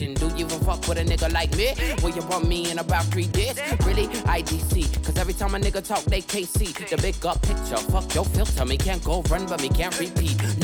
[SPEAKER 3] Cause every time a nigga talk, they can't see the big up picture. Fuck your filter, me can't go run, but me can't repeat.